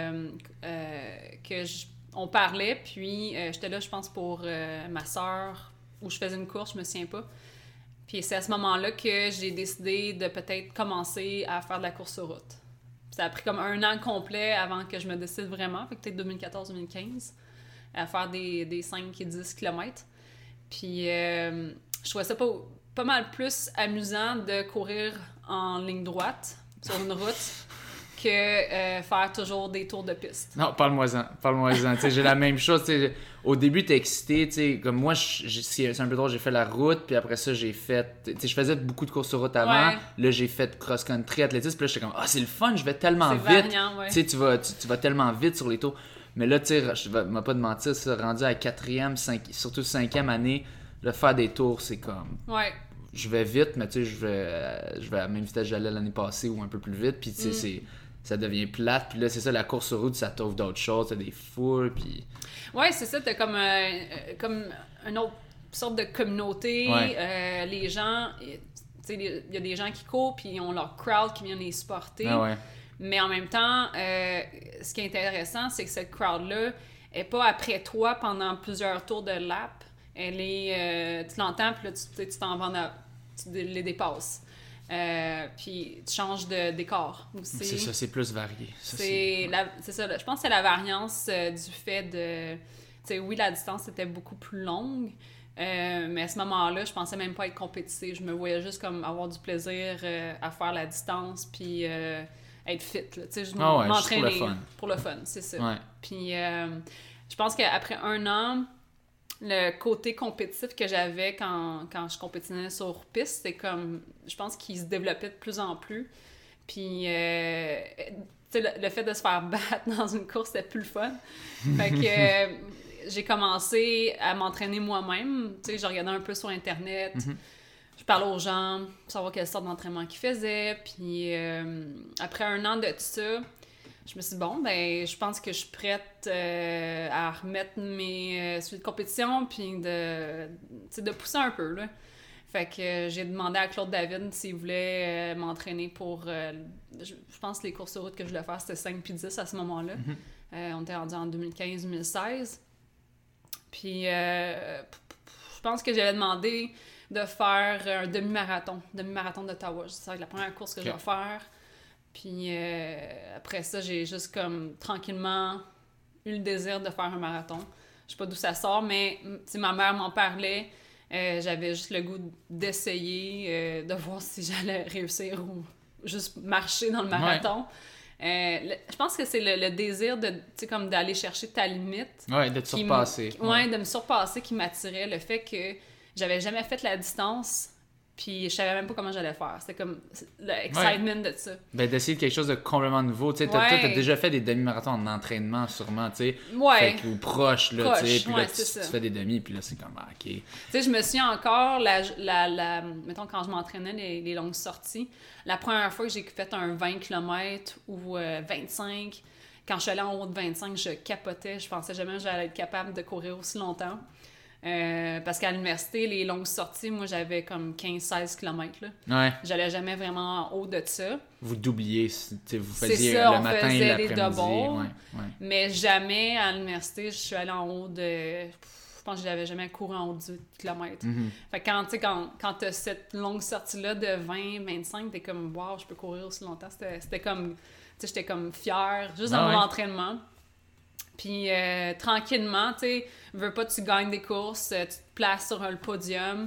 on parlait, puis j'étais là, je pense, pour ma sœur, où je faisais une course, je me souviens pas. Puis c'est à ce moment-là que j'ai décidé de peut-être commencer à faire de la course sur route. Puis ça a pris comme 1 an complet avant que je me décide vraiment, fait que peut-être 2014-2015, à faire des 5 et 10 km. Puis je trouvais ça pas mal plus amusant de courir en ligne droite sur une route que faire toujours des tours de piste. Non, parle-moi-en. J'ai la même chose. Au début, t'es excité. Comme moi, c'est un peu drôle, j'ai fait la route, puis après ça, j'ai fait... je faisais beaucoup de courses sur route avant. Ouais. Là, j'ai fait cross-country, athlétisme, puis là, j'étais comme « Ah, c'est le fun, je vais tellement vite! » variant, ouais. Tu vas tellement vite sur les tours. Mais là, je vais pas te mentir, ça, rendu à la 4e, surtout 5e année, le faire des tours, c'est comme... Ouais. Je vais vite, mais je vais à la même vitesse que j'allais l'année passée ou un peu plus vite, puis ça devient plate. Puis là, c'est ça, la course sur route, ça t'offre d'autres choses, t'as des foules, puis... Ouais, c'est ça, t'as comme une autre sorte de communauté. Ouais. Les gens, il y a des gens qui courent, puis ils ont leur crowd qui vient les supporter. Ah ouais. Mais en même temps, ce qui est intéressant, c'est que cette crowd-là est pas après toi pendant plusieurs tours de lap. Elle est... tu l'entends, puis là, tu t'en vas tu les dépasses. Puis tu changes de décor aussi. C'est ça, c'est plus varié. C'est ça, je pense que c'est la variance du fait de... Tu sais, oui, la distance était beaucoup plus longue, mais à ce moment-là, je pensais même pas être compétitive. Je me voyais juste comme avoir du plaisir à faire la distance, puis être fit, là. Tu sais, je m'entraîner pour le fun, c'est ça. Ouais. Puis je pense qu'après 1 an, le côté compétitif que j'avais quand je compétinais sur piste, c'est comme, je pense qu'il se développait de plus en plus. Puis, tu sais, le fait de se faire battre dans une course, c'était plus le fun. Fait que j'ai commencé à m'entraîner moi-même. Tu sais, je regardais un peu sur Internet. Je parlais aux gens pour savoir quelle sorte d'entraînement qu'ils faisaient. Puis, après 1 an de tout ça, je me suis dit, bon, ben, je pense que je suis prête à remettre mes suites de compétition, puis de pousser un peu, là. Fait que j'ai demandé à Claude David s'il voulait m'entraîner pour... je pense que les courses de route que je voulais faire, c'était 5 puis 10 à ce moment-là. On était rendu en 2015-2016. Puis je pense que j'avais demandé de faire un demi-marathon d'Ottawa. C'est la première course que je vais faire. Puis après ça, j'ai juste comme tranquillement eu le désir de faire un marathon. Je sais pas d'où ça sort, mais ma mère m'en parlait. J'avais juste le goût d'essayer, de voir si j'allais réussir ou juste marcher dans le marathon. Ouais. Je pense que c'est le désir de, tu sais, comme d'aller chercher ta limite. Ouais, de te surpasser. De me surpasser qui m'attirait. Le fait que j'avais jamais fait la distance. Puis je savais même pas comment j'allais faire. C'était comme l'excitement de ça. Ben, d'essayer quelque chose de complètement nouveau. Tu sais, t'as déjà fait des demi-marathons en entraînement, sûrement, tu sais. Ouais. Ou proche, là, tu sais. Puis là, tu fais des demi, puis là, c'est comme, OK. Tu sais, je me souviens encore, mettons, quand je m'entraînais les longues sorties, la première fois que j'ai fait un 20 km ou 25, quand je suis allée en haut de 25, je capotais. Je pensais jamais que j'allais être capable de courir aussi longtemps. Parce qu'à l'université, les longues sorties, moi, j'avais comme 15-16 km. Là. Ouais. J'allais jamais vraiment en haut de ça. Vous doubliez, vous faisiez le matin et l'après-midi. Ouais. Mais jamais à l'université, je suis allée en haut de... Je pense que j'avais jamais couru en haut de 18 km. Fait que quand t'as cette longue sortie-là de 20-25, t'es comme « Wow, je peux courir aussi longtemps ». C'était comme... Tu sais, j'étais comme fière, juste dans mon entraînement. Puis tranquillement, tu sais, veux pas, tu gagnes des courses, tu te places sur le podium.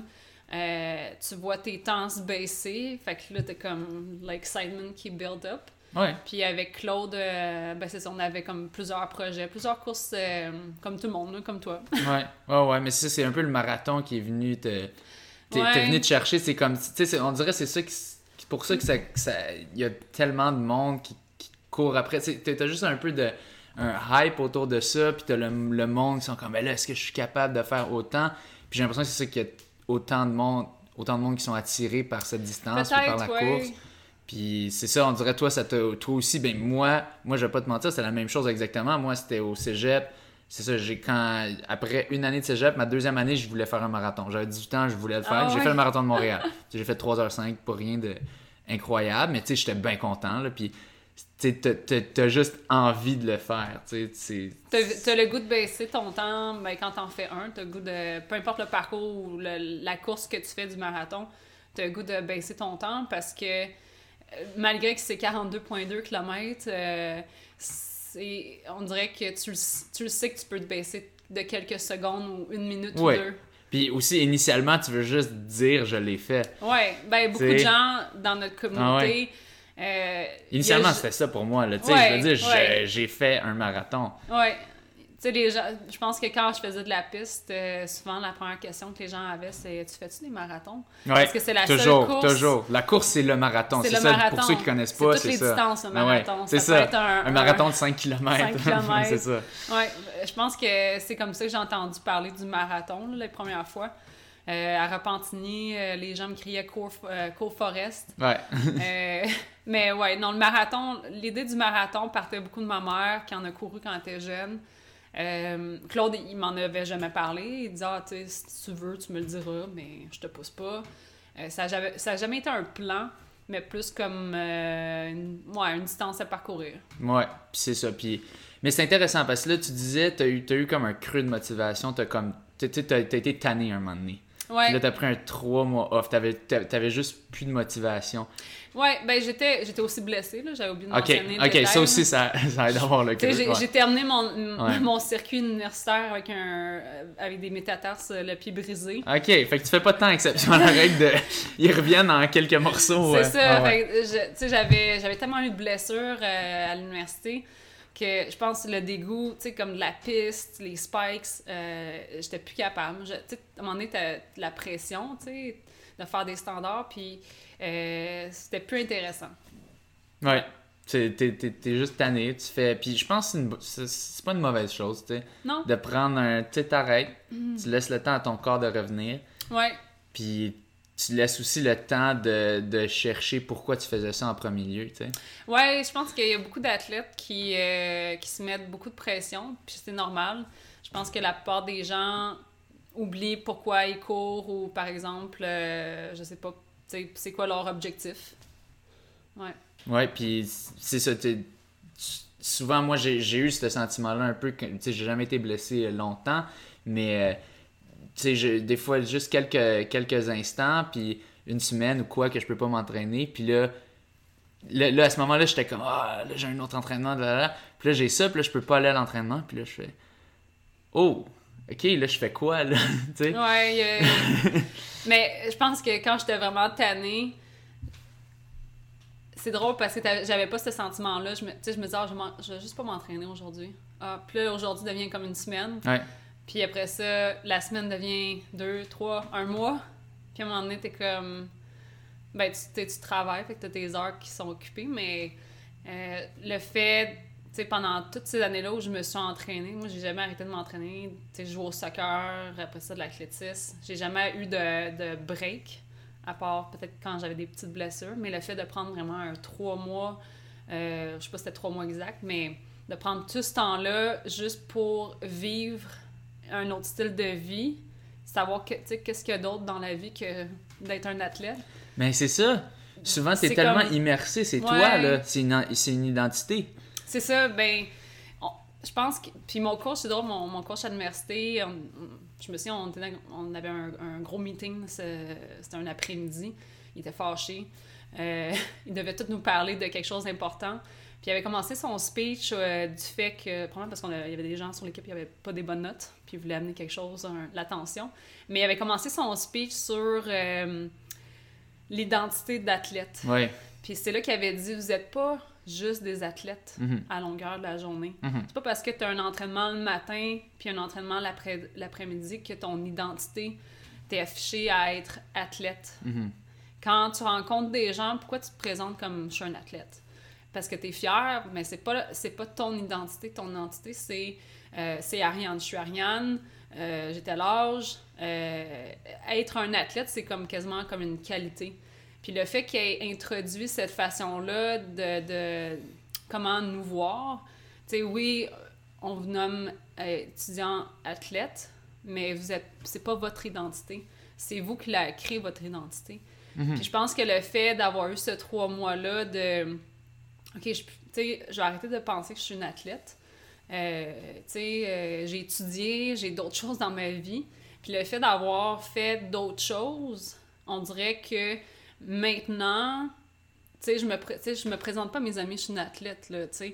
tu vois tes temps se baisser, fait que là, t'as comme l'excitement qui build up. Ouais. Puis avec Claude, c'est ça, on avait comme plusieurs projets, plusieurs courses, comme tout le monde, là, comme toi. Ouais, mais ça, c'est un peu le marathon qui est venu t'es venu te chercher, c'est comme, tu sais, on dirait c'est ça pour ça que il y a tellement de monde qui court après, t'as juste un peu un hype autour de ça, puis t'as le monde qui sont comme, ben là, est-ce que je suis capable de faire autant? Puis j'ai l'impression que c'est ça qu'il y a autant de monde qui sont attirés par cette distance, puis par la course. Puis c'est ça, on dirait, toi aussi, ben moi, je vais pas te mentir, c'est la même chose exactement. Moi, c'était au cégep. C'est ça, après une année de cégep, ma deuxième année, je voulais faire un marathon. J'avais 18 ans, je voulais le faire. J'ai fait le marathon de Montréal. J'ai fait 3h05, pas rien de incroyable, mais tu sais, j'étais bien content, là. Puis t'as juste envie de le faire, tu sais. T'as le goût de baisser ton temps, quand t'en fais un, t'as le goût de, peu importe le parcours ou la course que tu fais du marathon, t'as le goût de baisser ton temps parce que malgré que c'est 42,2 km, on dirait que tu le sais que tu peux te baisser de quelques secondes ou une minute ou deux. Puis aussi, initialement, tu veux juste dire « je l'ai fait ». Ouais, beaucoup de gens dans notre communauté... initialement, c'était ça pour moi, là. Tu sais, je veux dire, j'ai fait un marathon. Ouais. Tu sais, les gens, je pense que quand je faisais de la piste, souvent la première question que les gens avaient, c'est « Tu fais-tu des marathons? » Parce que c'est la seule course... Toujours. La course, c'est le marathon. C'est ça, marathon. Pour ceux qui connaissent pas, c'est ça. C'est toutes les distances, le marathon. C'est ça. Peut être un marathon de 5 km. 5 km. C'est ça. Ouais, je pense que c'est comme ça que j'ai entendu parler du marathon, là, les premières fois. À Repentigny, les gens me criaient Cour Forest. Ouais. Mais ouais, non, le marathon, l'idée du marathon partait beaucoup de ma mère qui en a couru quand elle était jeune. Claude, il m'en avait jamais parlé. Il disait, tu sais, si tu veux, tu me le diras, mais je te pousse pas. Ça a jamais été un plan, mais plus comme une distance à parcourir. Ouais, puis c'est ça. Mais c'est intéressant parce que là, tu disais, t'as eu comme un creux de motivation. T'as été tanné un moment donné. Ouais. Puis là, t'as pris un 3 mois off. T'avais juste plus de motivation. Ouais, ben j'étais aussi blessée, là. J'avais oublié de mentionner le détail, ça aussi, ça aide à avoir le creux. J'ai terminé mon circuit universitaire avec des métatarses, le pied brisé. OK, fait que tu fais pas tant exception à la règle de... Ils reviennent en quelques morceaux. C'est ça, fait que j'avais tellement eu de blessures à l'université que je pense que le dégoût, tu sais, comme de la piste, les spikes, j'étais plus capable. Tu sais, à un moment donné, t'as la pression, tu sais, de faire des standards, puis c'était plus intéressant. Ouais, t'es juste tanné, tu fais... Puis je pense que c'est pas une mauvaise chose, tu sais. Non. De prendre un... Tu sais, t'arrêtes, tu laisses le temps à ton corps de revenir. Ouais. Puis tu laisses aussi le temps de chercher pourquoi tu faisais ça en premier lieu, tu sais. Ouais, je pense qu'il y a beaucoup d'athlètes qui se mettent beaucoup de pression, puis c'est normal. Je pense que la plupart des gens oublient pourquoi ils courent ou, par exemple, je sais pas, c'est quoi leur objectif. Ouais. Ouais, puis c'est ça, souvent, moi, j'ai eu ce sentiment-là un peu, tu sais, j'ai jamais été blessé longtemps, mais... tu sais, des fois, juste quelques instants, puis une semaine ou quoi, que je peux pas m'entraîner. Puis là, à ce moment-là, j'étais comme, là, j'ai un autre entraînement, là. Puis là, j'ai ça, puis là, je peux pas aller à l'entraînement. Puis là, je fais, oh, OK, là, je fais quoi, là? Tu sais? Ouais, mais je pense que quand j'étais vraiment tannée, c'est drôle parce que j'avais pas ce sentiment-là. Je me disais, je vais juste pas m'entraîner aujourd'hui. Puis là, aujourd'hui devient comme une semaine. Ouais. Puis après ça, la semaine devient 2, 3, 1 mois. Puis à un moment donné, t'es comme... Ben, tu travailles, fait que t'as tes heures qui sont occupées, mais le fait... Tu sais, pendant toutes ces années-là où je me suis entraînée, moi, j'ai jamais arrêté de m'entraîner. Tu sais, je jouais au soccer, après ça, de l'athlétisme. J'ai jamais eu de break, à part peut-être quand j'avais des petites blessures. Mais le fait de prendre vraiment un 3 mois... je sais pas si c'était 3 mois exact, mais de prendre tout ce temps-là juste pour vivre un autre style de vie, savoir qu'est-ce qu'il y a d'autre dans la vie que d'être un athlète. Mais c'est ça. Souvent, t'es tellement immersé, c'est toi, là. C'est une identité. C'est ça, ben... je pense que... Puis mon coach, c'est drôle, mon coach à l'université, je me souviens, on avait un gros meeting, c'était un après-midi, il était fâché. Il devait tout nous parler de quelque chose d'important. Puis Puis il avait commencé son speech du fait que, probablement parce qu'il y avait des gens sur l'équipe qui n'avaient pas des bonnes notes, puis il voulait amener quelque chose, l'attention. Mais il avait commencé son speech sur l'identité d'athlète. Ouais. Puis c'est là qu'il avait dit, vous n'êtes pas juste des athlètes à longueur de la journée. C'est pas parce que tu as un entraînement le matin puis un entraînement l'après-midi que ton identité t'est affichée à être athlète. Quand tu rencontres des gens, pourquoi tu te présentes comme « je suis un athlète » ? Parce que tu es fier, mais c'est pas ton identité. Ton identité, c'est Ariane. Je suis Ariane, j'ai tel âge. Être un athlète, c'est quasiment comme une qualité. Puis le fait qu'il ait introduit cette façon-là de comment nous voir, tu sais, oui, on vous nomme étudiant athlète, mais c'est pas votre identité. C'est vous qui l'avez créé, votre identité. Puis je pense que le fait d'avoir eu ce 3 mois-là de... OK, tu sais, je vais arrêter de penser que je suis une athlète. Tu sais, j'ai étudié, j'ai d'autres choses dans ma vie. Puis le fait d'avoir fait d'autres choses, on dirait que maintenant, tu sais, je me présente pas à mes amis, je suis une athlète, là, tu sais.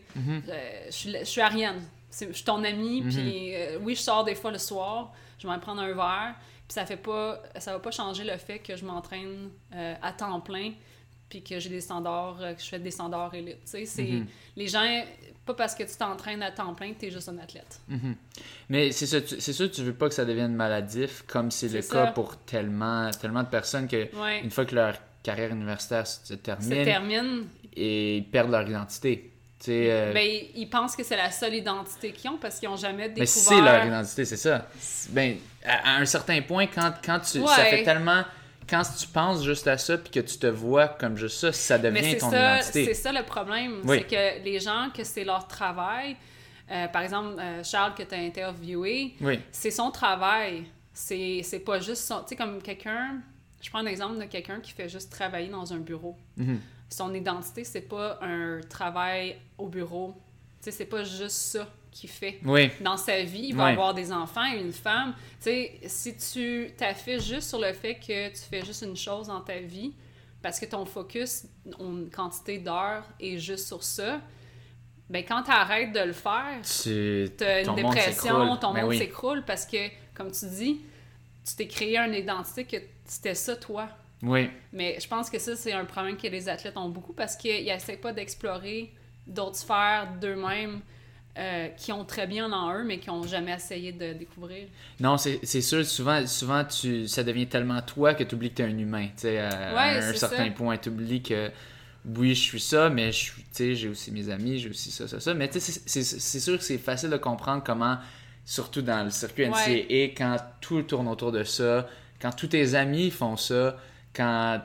Je suis Ariane, je suis ton amie, puis oui, je sors des fois le soir, je vais me prendre un verre, puis ça va pas changer le fait que je m'entraîne à temps plein, puis que j'ai des standards, que je fais des standards élites, tu sais. C'est les gens, pas parce que tu t'entraînes à temps plein que t'es juste un athlète. Mais c'est sûr que tu veux pas que ça devienne maladif, comme c'est le cas pour tellement de personnes que une fois que leur carrière universitaire se termine et ils perdent leur identité. Ben, ils pensent que c'est la seule identité qu'ils ont parce qu'ils n'ont jamais découvert... Mais c'est leur identité, c'est ça. Ben, à un certain point, quand tu... Ça fait tellement... Quand tu penses juste à ça puis que tu te vois comme juste ça devient ton identité. C'est ça le problème. C'est que les gens, que c'est leur travail... par exemple, Charles que tu as interviewé, c'est son travail. C'est pas juste son... Tu sais, comme quelqu'un... Je prends un exemple de quelqu'un qui fait juste travailler dans un bureau. Son identité, c'est pas un travail au bureau. Tu sais, c'est pas juste ça qu'il fait. Dans sa vie, il va avoir des enfants et une femme. Tu sais, si tu t'affiches juste sur le fait que tu fais juste une chose dans ta vie, parce que ton focus, en quantité d'heures, est juste sur ça, ben quand tu arrêtes de le faire, tu as une dépression, ton monde s'écroule parce que, comme tu dis, tu t'es créé une identité que c'était ça, toi. Mais je pense que ça, c'est un problème que les athlètes ont beaucoup parce qu'ils n'essaient pas d'explorer d'autres sphères d'eux-mêmes qui ont très bien en eux, mais qui n'ont jamais essayé de découvrir. Non, c'est sûr. Souvent ça devient tellement toi que tu oublies que tu es un humain. À un certain point, tu oublies que oui, je suis ça, mais j'ai aussi mes amis, j'ai aussi ça. Mais c'est sûr que c'est facile de comprendre comment, surtout dans le circuit NCAA, quand tout tourne autour de ça, quand tous tes amis font ça, quand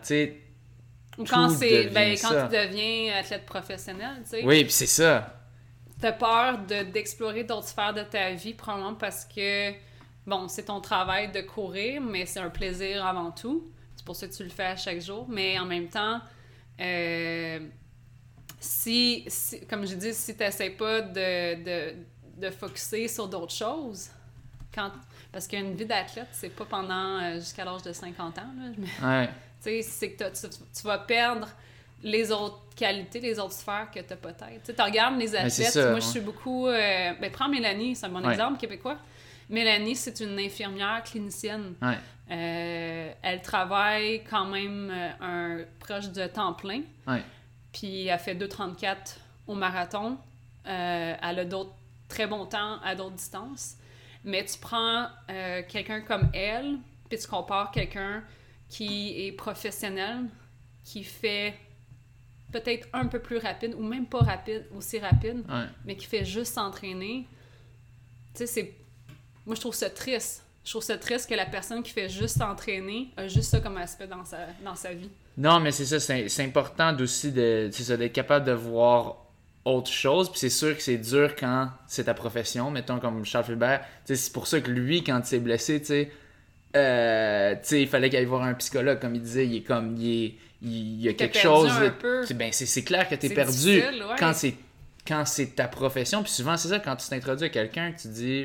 ou quand tu deviens athlète professionnel, tu sais. Oui, puis c'est ça. T'as peur d'explorer d'autres sphères de ta vie, probablement parce que, bon, c'est ton travail de courir, mais c'est un plaisir avant tout. C'est pour ça que tu le fais à chaque jour. Mais en même temps, si comme j'ai dit, si t'essaies pas de focusser sur d'autres choses, parce qu'une vie d'athlète, c'est pas pendant jusqu'à l'âge de 50 ans, là. Tu sais, c'est que tu vas perdre les autres qualités, les autres sphères que tu as peut-être. Tu regardes les athlètes, moi je suis beaucoup... prends Mélanie, c'est un bon exemple québécois. Mélanie, c'est une infirmière clinicienne. Elle travaille quand même proche de temps plein. Puis elle fait 2,34 au marathon. Elle a d'autres très bons temps à d'autres distances. Mais tu prends quelqu'un comme elle, puis tu compares quelqu'un qui est professionnel, qui fait peut-être un peu plus rapide, ou même pas aussi rapide, mais qui fait juste s'entraîner. Tu sais, moi, je trouve ça triste. Je trouve ça triste que la personne qui fait juste s'entraîner a juste ça comme aspect dans sa vie. Non, mais c'est ça, c'est important aussi d'être capable de voir autre chose, puis c'est sûr que c'est dur quand c'est ta profession, mettons comme Charles Fulbert. C'est pour ça que lui, quand il s'est blessé, il fallait qu'il aille voir un psychologue, comme il disait, il y a quelque chose. Un peu. C'est clair que t'es perdu quand c'est ta profession, puis souvent c'est ça, quand tu t'introduis à quelqu'un, tu dis,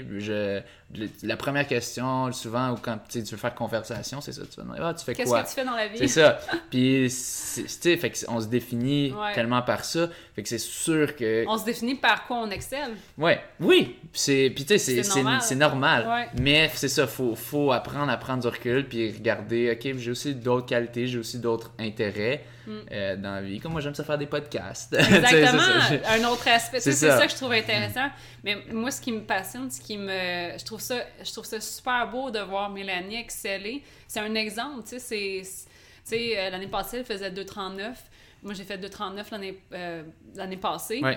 la première question, souvent, ou quand tu veux faire conversation, c'est ça, tu vas demander, tu fais Qu'est-ce quoi? que tu fais dans la vie? C'est ça. Puis, tu sais, fait qu'on se définit tellement par ça, fait que c'est sûr que... On se définit par quoi on excelle. Ouais, oui, puis tu sais, c'est normal. Ouais. Mais c'est ça, faut apprendre à prendre du recul, puis regarder, ok, j'ai aussi d'autres qualités, j'ai aussi d'autres intérêts dans la vie. Comme moi, j'aime ça faire des podcasts. Exactement, un autre aspect. C'est ça que je trouve intéressant. Mais moi, ce qui me passionne, je trouve ça super beau de voir Mélanie exceller. C'est un exemple, tu sais, l'année passée, elle faisait 2,39. Moi, j'ai fait 2,39 l'année passée. Ouais.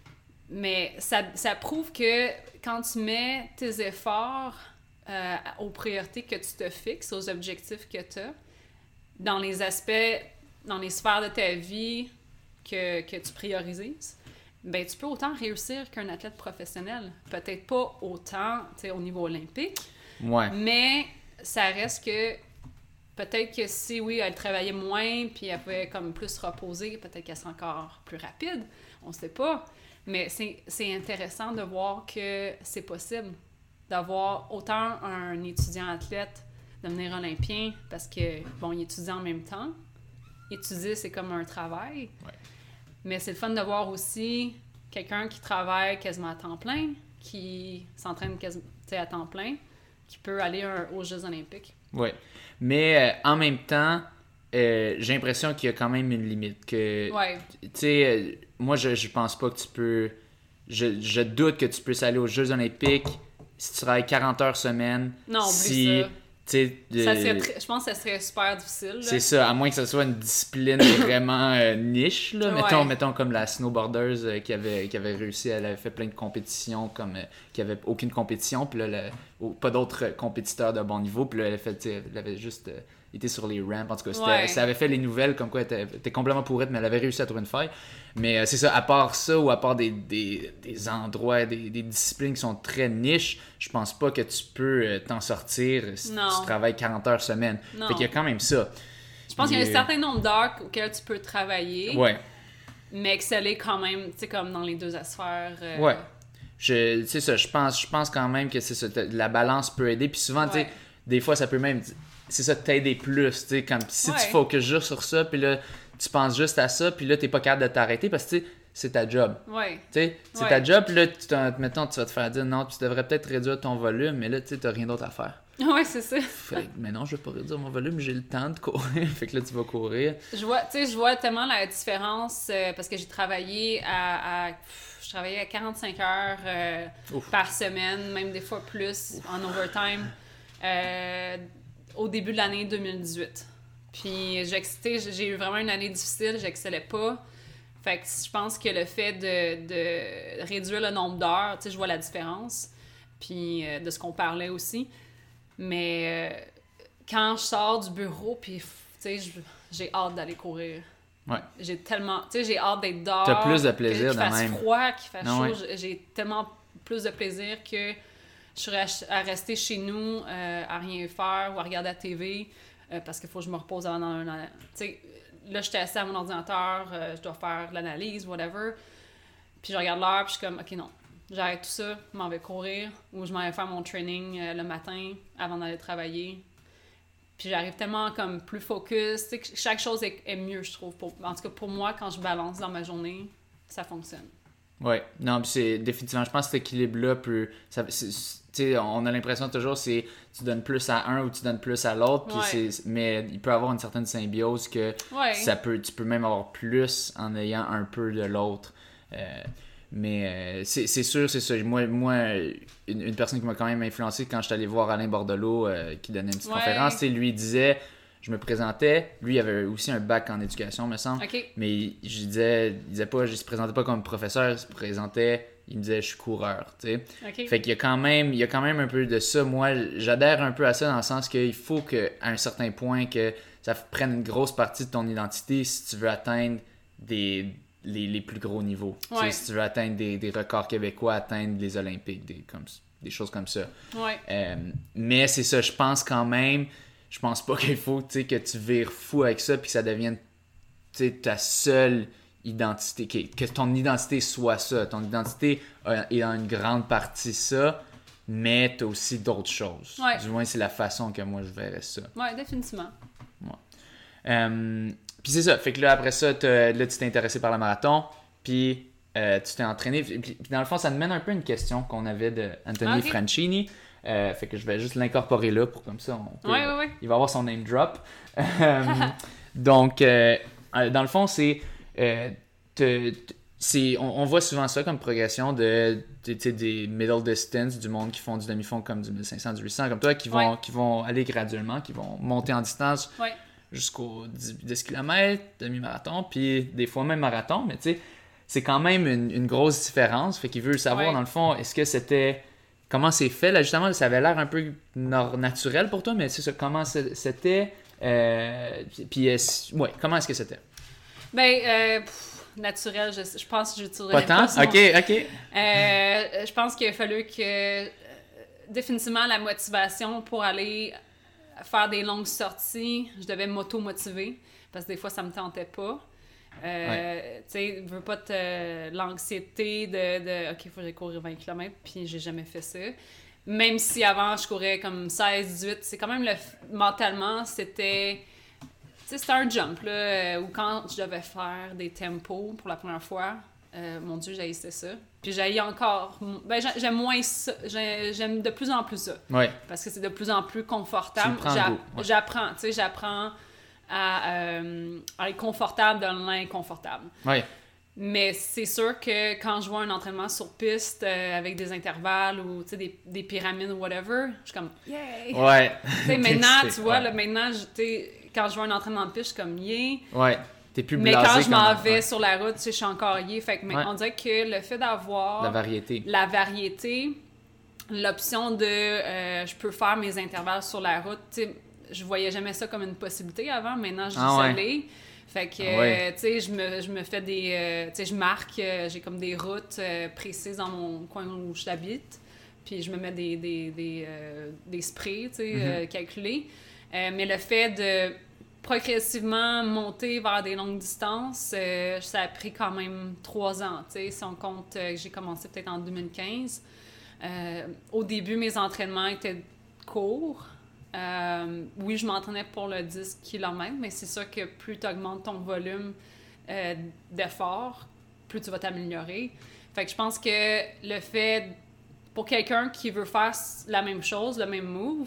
Mais ça prouve que quand tu mets tes efforts aux priorités que tu te fixes, aux objectifs que tu as, dans les aspects, dans les sphères de ta vie que tu priorises, ben tu peux autant réussir qu'un athlète professionnel. Peut-être pas autant, tu sais, au niveau olympique, mais ça reste que peut-être que si, oui, elle travaillait moins puis elle pouvait comme plus se reposer, peut-être qu'elle serait encore plus rapide, on sait pas. Mais c'est intéressant de voir que c'est possible d'avoir autant un étudiant athlète devenir olympien parce que, bon, il étudie en même temps. Étudier, c'est comme un travail. Ouais. Mais c'est le fun de voir aussi quelqu'un qui travaille quasiment à temps plein, qui s'entraîne à temps plein, qui peut aller aux Jeux olympiques. Oui. Mais en même temps, j'ai l'impression qu'il y a quand même une limite. Que, tu sais, moi, je pense pas que tu peux... Je doute que tu puisses aller aux Jeux olympiques si tu travailles 40 heures semaine. Non, si, ça. Je pense que ça serait super difficile. Là. C'est ça, à moins que ce soit une discipline vraiment niche. Là. Mettons comme la snowboardeuse qui avait réussi, elle avait fait plein de compétitions, comme qui avait aucune compétition, puis là, pas d'autres compétiteurs de bon niveau, puis là, elle avait juste été sur les ramps. En tout cas, ça avait fait les nouvelles comme quoi elle était complètement pourrite, mais elle avait réussi à trouver une faille. Mais c'est ça, à part ça, ou à part des endroits, des disciplines qui sont très niches, je pense pas que tu peux t'en sortir si tu travailles 40 heures semaine. Non. Fait qu'il y a quand même ça. Je pense qu'il y a un certain nombre d'heures auxquelles tu peux travailler, mais exceller quand même, tu sais, comme dans les deux sphères. Ouais. C'est ça, je pense quand même que c'est ça, la balance peut aider. Puis souvent, tu sais, des fois, ça peut même... C'est ça, t'aider plus, tu sais, comme si tu focuses juste sur ça, puis là, tu penses juste à ça, puis là, t'es pas capable de t'arrêter parce que, tu sais, c'est ta job. Ouais. Tu sais, c'est ta job, puis là, mettons, tu vas te faire dire, non, tu devrais peut-être réduire ton volume, mais là, tu sais, t'as rien d'autre à faire. Ouais, c'est ça. Mais non, je vais pas réduire mon volume, j'ai le temps de courir. Fait que là, tu vas courir. Je vois tellement la différence parce que j'ai travaillé je travaillais à 45 heures par semaine, même des fois plus en overtime. Au début de l'année 2018. Puis j'ai eu vraiment une année difficile, j'excellais pas. Fait que je pense que le fait de réduire le nombre d'heures, tu sais, je vois la différence. Puis de ce qu'on parlait aussi. Mais quand je sors du bureau, puis tu sais, j'ai hâte d'aller courir. Ouais. J'ai hâte d'être dehors. T'as plus de plaisir qu'il fasse froid, qu'il fasse chaud. Ouais. J'ai tellement plus de plaisir que je serais à rester chez nous, à rien faire ou à regarder la TV parce qu'il faut que je me repose avant dans un... Tu sais, là, j'étais assis à mon ordinateur, je dois faire de l'analyse, whatever. Puis je regarde l'heure, puis je suis comme, OK, non, j'arrête tout ça, je m'en vais courir ou je m'en vais faire mon training le matin avant d'aller travailler. Puis j'arrive tellement comme plus focus. Tu sais, chaque chose est mieux, je trouve. En tout cas, pour moi, quand je balance dans ma journée, ça fonctionne. Ouais, non, puis c'est définitivement, je pense que cet équilibre-là peut... Tu sais, on a l'impression toujours c'est tu donnes plus à un ou tu donnes plus à l'autre, puis mais il peut y avoir une certaine symbiose que tu peux même avoir plus en ayant un peu de l'autre. Mais c'est sûr, c'est ça. Moi une personne qui m'a quand même influencé quand je suis allé voir Alain Bordelot qui donnait une petite conférence, lui il disait... Je me présentais, lui il avait aussi un bac en éducation me semble, mais il disait pas, il se présentait pas comme professeur, il se présentait, il me disait je suis coureur, tu sais. Fait qu'il y a quand même un peu de ça. Moi j'adhère un peu à ça dans le sens qu'il faut qu'à un certain point que ça prenne une grosse partie de ton identité si tu veux atteindre les plus gros niveaux. Si tu veux atteindre des records québécois, atteindre les Olympiques, des choses comme ça. Mais c'est ça, je pense quand même. Je pense pas qu'il faut que tu vires fou avec ça puis que ça devienne ta seule identité, que ton identité soit ça. Ton identité est en une grande partie ça, mais t'as aussi d'autres choses. Ouais. Du moins, c'est la façon que moi je verrais ça. Ouais, définitivement. Ouais. Puis c'est ça. Fait que là, après ça, là, tu t'es intéressé par le marathon, puis tu t'es entraîné. Puis dans le fond, ça me mène un peu à une question qu'on avait de Anthony Franchini. Fait que je vais juste l'incorporer là pour comme ça, il va avoir son name drop. Donc, dans le fond, on voit souvent ça comme progression des middle distance, du monde qui font du demi-fond comme du 1500, du 800, comme toi, qui vont aller graduellement, qui vont monter en distance jusqu'aux 10 km, demi-marathon, puis des fois même marathon, mais tu sais, c'est quand même une grosse différence. Fait qu'il veut savoir, dans le fond, est-ce que c'était... Comment c'est fait, là, justement, ça avait l'air un peu naturel pour toi, mais c'est ça, comment c'était... puis, comment est-ce que c'était? Ben, naturel, je pense que j'utiliserais pas tant? Pas OK. je pense qu'il a fallu que... Définitivement, la motivation pour aller faire des longues sorties, je devais m'auto-motiver, parce que des fois, ça me tentait pas. Tu sais, veux pas l'anxiété de OK, il faut que j'aille courir 20 km, puis j'ai jamais fait ça. Même si avant, je courais comme 16, 18, c'est quand même mentalement, c'était un jump, là, où quand je devais faire des tempos pour la première fois, mon Dieu, j'haïssais ça. Puis j'haïs encore... Ben, j'aime moins ça. J'aime de plus en plus ça. Ouais. Parce que c'est de plus en plus confortable. J'apprends à être confortable dans l'inconfortable. Ouais. Mais c'est sûr que quand je vois un entraînement sur piste avec des intervalles ou des pyramides ou whatever, je suis comme « yeah! » Ouais. Maintenant, tu vois, là, maintenant, quand je vois un entraînement de piste, je suis comme « yeah! » Ouais. T'es plus mais quand je m'en vais sur la route, je suis encore yeah. Fait que on dirait que le fait d'avoir la variété, l'option de je peux faire mes intervalles sur la route, je voyais jamais ça comme une possibilité avant. Maintenant, je l'ai. Fait que, tu sais, je me fais des... tu sais, je marque, j'ai comme des routes précises dans mon coin où j'habite. Puis je me mets des sprays, tu sais, calculés. Mais le fait de progressivement monter vers des longues distances, ça a pris quand même 3 ans, tu sais. Si on compte, j'ai commencé peut-être en 2015. Au début, mes entraînements étaient courts. Oui, je m'entraînais pour le 10 km, mais c'est sûr que plus tu augmentes ton volume d'effort, plus tu vas t'améliorer. Fait que je pense que le fait, pour quelqu'un qui veut faire la même chose, le même move,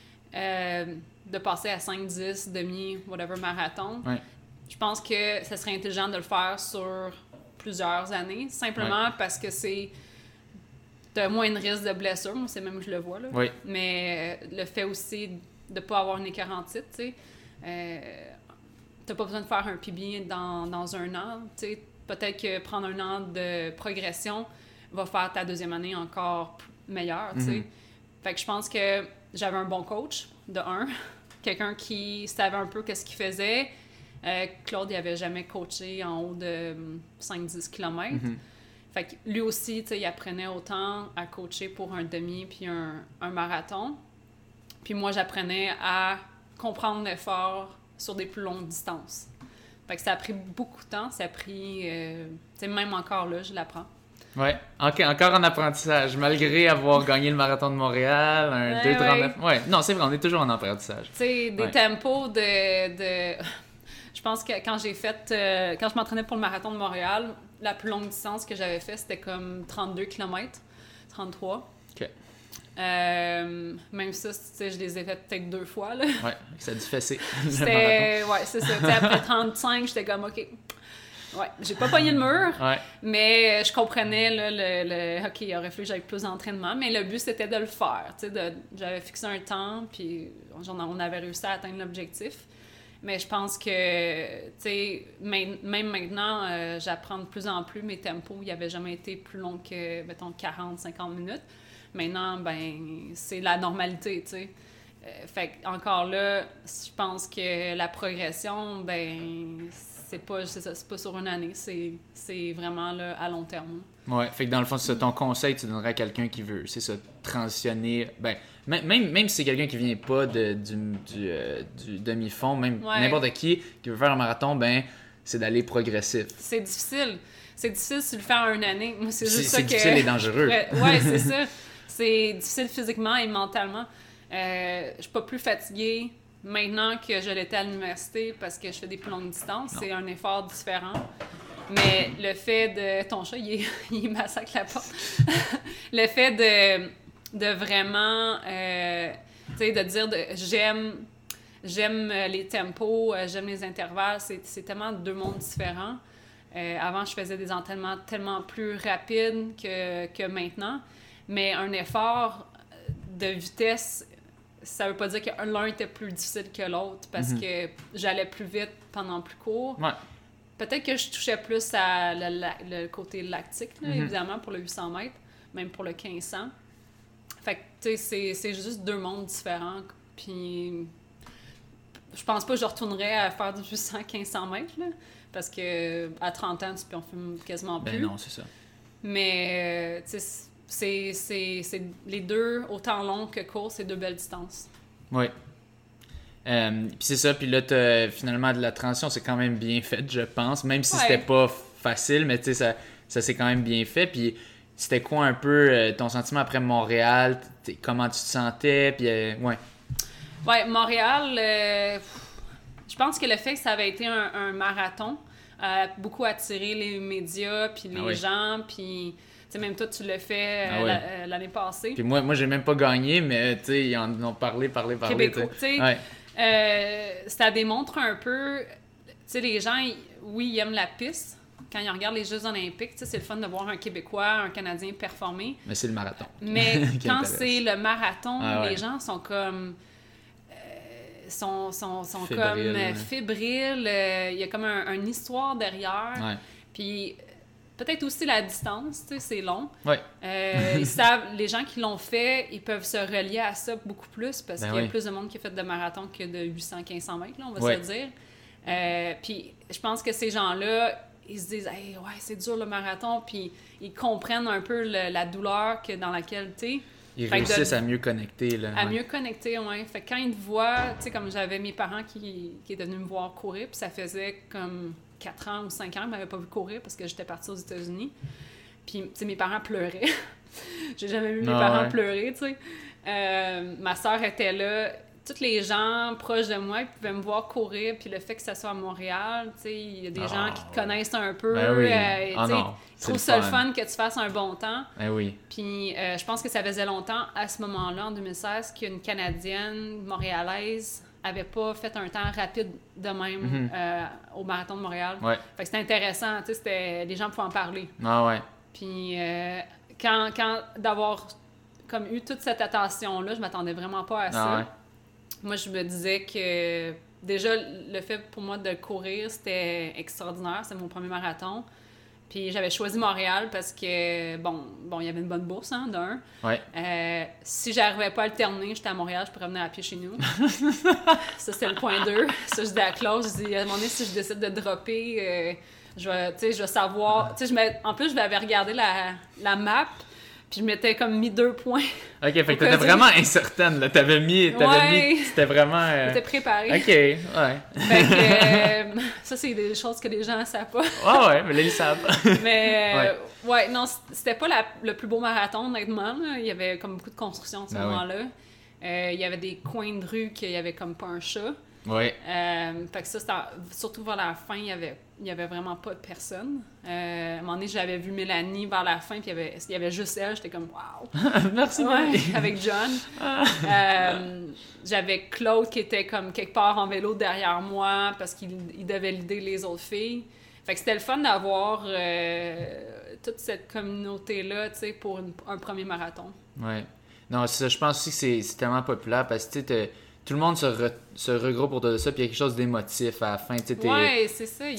de passer à 5, 10, demi, whatever, marathon, je pense que ça serait intelligent de le faire sur plusieurs années, simplement parce que t'as moins de risque de blessure, moi c'est même que je le vois, là. Oui. Mais le fait aussi de ne pas avoir une écarantite, tu sais, t'as pas besoin de faire un PB dans un an, tu sais, peut-être que prendre un an de progression va faire ta deuxième année encore meilleure, tu sais. Fait que je pense que j'avais un bon coach, de un, quelqu'un qui savait un peu qu'est-ce qu'il faisait. Claude, il avait jamais coaché en haut de 5-10 km. Fait que lui aussi, tu sais, il apprenait autant à coacher pour un demi puis un marathon. Puis moi, j'apprenais à comprendre l'effort sur des plus longues distances. Fait que ça a pris beaucoup de temps. Ça a pris... tu sais, même encore là, je l'apprends. Ouais, encore en apprentissage, malgré avoir gagné le marathon de Montréal, un 2,39. Ouais, non, c'est vrai, on est toujours en apprentissage. Tu sais, des tempos de... Je pense que quand je m'entraînais pour le marathon de Montréal, la plus longue distance que j'avais fait, c'était comme 32 km, 33. OK. Même ça, tu sais, je les ai fait peut-être 2 fois, là. Ouais, ça a dû fesser. Ouais, c'est ça. T'sais, après 35, j'étais comme, OK. Ouais, j'ai pas pogné le mur, mais je comprenais là, OK, il aurait fallu que j'aille plus d'entraînement, mais le but, c'était de le faire. J'avais fixé un temps, puis on avait réussi à atteindre l'objectif. Mais je pense que, tu sais, même maintenant, j'apprends de plus en plus mes tempos. Il n'avait jamais été plus long que, mettons, 40-50 minutes. Maintenant, ben, c'est la normalité, tu sais. Fait encore là, je pense que la progression, ben, c'est pas sur une année, c'est vraiment là, à long terme. Ouais, fait que dans le fond, c'est ça, ton conseil, tu donnerais à quelqu'un qui veut, c'est ça, transitionner, ben, même si c'est quelqu'un qui vient pas du demi-fond, même n'importe qui veut faire un marathon, ben, c'est d'aller progressif. C'est difficile. C'est difficile si tu le fais en une année. Moi, c'est juste ça que... C'est difficile et dangereux. Ouais, c'est ça. C'est difficile physiquement et mentalement. Je suis pas plus fatiguée maintenant que je l'étais à l'université parce que je fais des plus longues distances. Non. C'est un effort différent. Mais le fait de... Ton chat, il massacre la porte. Le fait de vraiment... tu sais, de dire j'aime les tempos, j'aime les intervalles. C'est tellement deux mondes différents. Avant, je faisais des entraînements tellement plus rapides que maintenant. Mais un effort de vitesse, ça veut pas dire que l'un était plus difficile que l'autre parce que j'allais plus vite pendant plus court. Ouais. Peut-être que je touchais plus à le côté lactique, là, évidemment, pour le 800 mètres, même pour le 1500. Fait que, tu sais, c'est juste deux mondes différents. Puis, je pense pas que je retournerais à faire du 800-1500 mètres, là, parce que à 30 ans, tu en fumes quasiment plus. Ben non, c'est ça. Mais, tu sais, c'est les deux, autant long que court, c'est deux belles distances. Oui. Puis c'est ça, puis là, finalement, de la transition, c'est quand même bien fait, je pense, même si c'était pas facile, mais tu sais, ça s'est quand même bien fait. Puis c'était quoi un peu ton sentiment après Montréal? Comment tu te sentais? Puis, ouais. Ouais, Montréal, je pense que le fait que ça avait été un marathon a beaucoup attiré les médias, puis les gens, puis... Tu sais, même toi, tu l'as fait l'année passée. Puis moi, j'ai même pas gagné, mais tu sais, ils en ont parlé. Québécois, tu sais. Ça démontre un peu... Tu sais, les gens, oui, ils aiment la piste. Quand ils regardent les Jeux olympiques, tu sais, c'est le fun de voir un Québécois, un Canadien performer. Mais c'est le marathon. Mais quand c'est le marathon, les gens sont comme... sont comme fébriles. Il y a comme une histoire derrière. Ouais. Puis... Peut-être aussi la distance, tu sais, c'est long. Ouais. Ils savent, les gens qui l'ont fait, ils peuvent se relier à ça beaucoup plus parce qu'il y a plus de monde qui a fait de marathon que de 800-1500 mètres, là, on va se le dire. Puis je pense que ces gens-là, ils se disent hey, « ouais, c'est dur le marathon », puis ils comprennent un peu la douleur dans laquelle tu es. Ils réussissent à mieux connecter. Là, à mieux connecter, oui. Fait que quand ils te voient, tu sais, comme j'avais mes parents qui étaient venus me voir courir, puis ça faisait comme 4 ans ou 5 ans, ils m'avaient pas vu courir parce que j'étais partie aux États-Unis. Puis, tu sais, mes parents pleuraient. J'ai jamais vu mes parents pleurer, tu sais. Ma sœur était là. Tous les gens proches de moi, ils pouvaient me voir courir. Puis le fait que ça soit à Montréal, tu sais, il y a des gens qui te connaissent un peu. Ils trouvent ça le fun que tu fasses un bon temps. Puis je pense que ça faisait longtemps, à ce moment-là, en 2016, qu'une Canadienne montréalaise avait pas fait un temps rapide de même au Marathon de Montréal. Fait que c'était intéressant, tu sais, les gens pouvaient en parler. Puis quand d'avoir comme eu toute cette attention-là, je m'attendais vraiment pas à ça. Moi, je me disais que déjà, le fait pour moi de courir, c'était extraordinaire. C'était mon premier marathon. Puis j'avais choisi Montréal parce que, bon, il y avait une bonne bourse, hein, d'un. Si j'arrivais pas à le terminer, j'étais à Montréal, je pourrais venir à pied chez nous. Ça, c'était le point 2. Ça, je dis à Claude, je dis, à un moment donné, si je décide de dropper, je vais savoir... Tu sais, en plus, je l'avais regardé la map, puis je m'étais comme mis 2 points. OK, fait que t'étais vraiment incertaine, là. T'avais mis... C'était vraiment... J'étais préparée. OK, ouais. Fait que ça, c'est des choses que les gens ne savent pas. Mais là, ils savent. Mais non, c'était pas le plus beau marathon, honnêtement. Là. Il y avait comme beaucoup de construction à ce moment-là. Il y avait des coins de rue qu'il y avait comme pas un chat. Fait que ça, surtout vers la fin, il y avait vraiment pas de personne. À un moment donné, j'avais vu Mélanie vers la fin, puis il y avait juste elle. J'étais comme « wow! » Merci, Mélanie! Avec John. J'avais Claude qui était comme quelque part en vélo derrière moi parce qu'il devait l'aider les autres filles. Fait que c'était le fun d'avoir toute cette communauté-là, tu sais, pour un premier marathon. Non, c'est ça. Je pense aussi que c'est tellement populaire parce que, tu sais, tout le monde se regroupe autour de ça, puis il y a quelque chose d'émotif à la fin. Oui, c'est ça.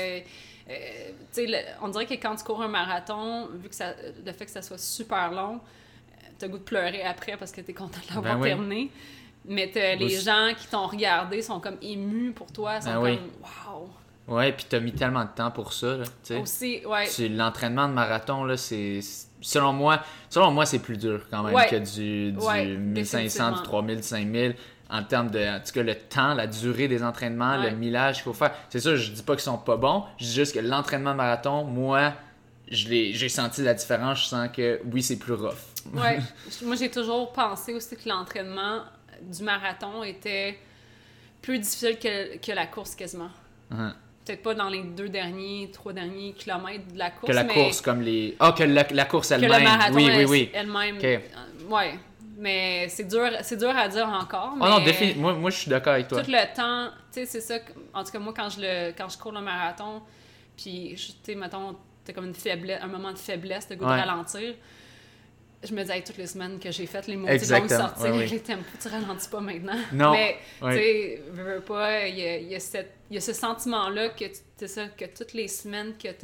On dirait que quand tu cours un marathon, vu que le fait que ça soit super long, t'as le goût de pleurer après parce que t'es content de l'avoir terminé. Mais les gens qui t'ont regardé sont comme émus pour toi, sont comme « wow! » Puis t'as mis tellement de temps pour ça. Là, aussi, l'entraînement de marathon, là, c'est... Selon moi, c'est plus dur quand même que du 1500, du 3000, du 5000. en termes de, en tout cas, le temps, la durée des entraînements, le millage qu'il faut faire. C'est sûr, je dis pas qu'ils sont pas bons, je dis juste que l'entraînement marathon, moi, j'ai senti la différence, je sens que oui, c'est plus rough. Ouais, moi j'ai toujours pensé aussi que l'entraînement du marathon était plus difficile que la course quasiment. Peut-être pas dans les 3 derniers kilomètres de la course. Que la course, comme les... Ah, que la course elle-même. Que le marathon oui. elle-même. Okay. Ouais. Mais c'est dur à dire encore. Mais... Oh non, moi je suis d'accord avec toi. Tout le temps, tu sais, c'est ça. En tout cas, moi, quand je cours le marathon, puis, tu sais, mettons, t'as comme un moment de faiblesse, de goût de ralentir. Je me disais, toutes les semaines que j'ai fait les maudites longues sorties avec les tempos, tu ralentis pas maintenant. Non. Mais, tu sais, veux pas, il y a ce sentiment-là que, que toutes les semaines que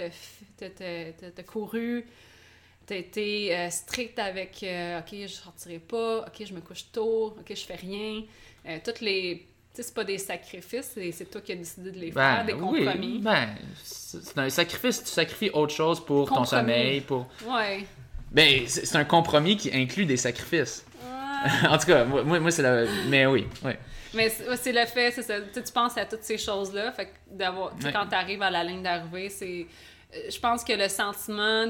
t'as couru, t'as été strict avec OK, je sortirai pas, OK, je me couche tôt, OK, je fais rien. Toutes les... Tu sais, c'est pas des sacrifices, c'est toi qui as décidé de les faire, des compromis. Oui, c'est un sacrifice, tu sacrifies autre chose pour ton sommeil, pour... Ouais. Ben, c'est un compromis qui inclut des sacrifices. En tout cas, moi c'est la... Mais oui. Mais c'est le fait, c'est ça. Tu penses à toutes ces choses-là, fait que d'avoir... Quand tu arrives à la ligne d'arrivée, c'est... Je pense que le sentiment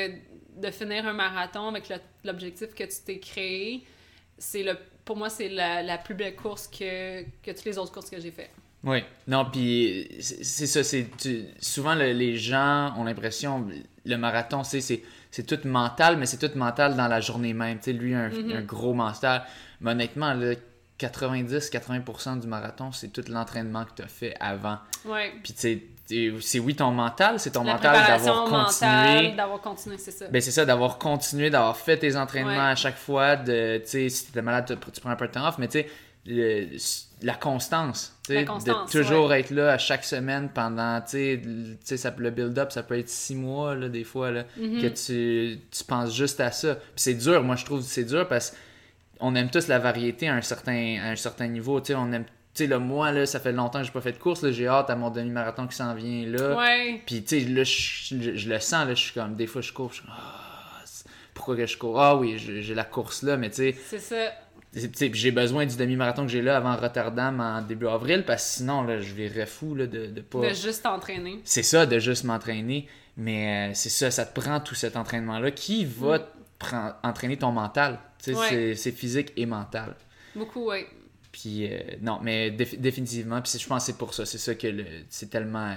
de finir un marathon avec l'objectif que tu t'es créé, pour moi, c'est la plus belle course que toutes les autres courses que j'ai faites. Oui. Non, puis c'est ça. Souvent, les gens ont l'impression... Le marathon, c'est tout mental, mais c'est tout mental dans la journée même. Tu sais, lui, un gros mental. Mais honnêtement, là, 90-80% du marathon, c'est tout l'entraînement que tu as fait avant. Ouais. Puis tu sais, c'est oui ton mental, c'est ton mental d'avoir continué. D'avoir continué, c'est ça. Ben c'est ça, d'avoir continué, d'avoir fait tes entraînements à chaque fois. Tu sais, si t'étais malade, tu prends un peu de temps off, mais tu sais, la constance, de toujours être là à chaque semaine pendant, tu sais, le build-up, ça peut être 6 mois, là, des fois, là, que tu penses juste à ça. Puis c'est dur, moi je trouve que c'est dur parce qu'on aime tous la variété à un certain niveau, tu sais, on aime, tu sais, là, moi, là, ça fait longtemps que j'ai pas fait de course, là, j'ai hâte à mon demi-marathon qui s'en vient, là. Ouais. Puis, tu sais, là, je le sens, là, je suis comme, des fois, je cours, je suis comme, pourquoi que je cours? Ah oui, j'ai la course là, mais tu sais... C'est ça. J'ai besoin du demi-marathon que j'ai là avant Rotterdam en début avril, parce que sinon, là, je virais fou là, de pas... De juste t'entraîner. C'est ça, de juste m'entraîner. Mais c'est ça te prend tout cet entraînement-là qui va entraîner ton mental. C'est physique et mental. Beaucoup, oui. Puis non, mais définitivement, puis je pense que c'est pour ça. C'est ça que c'est tellement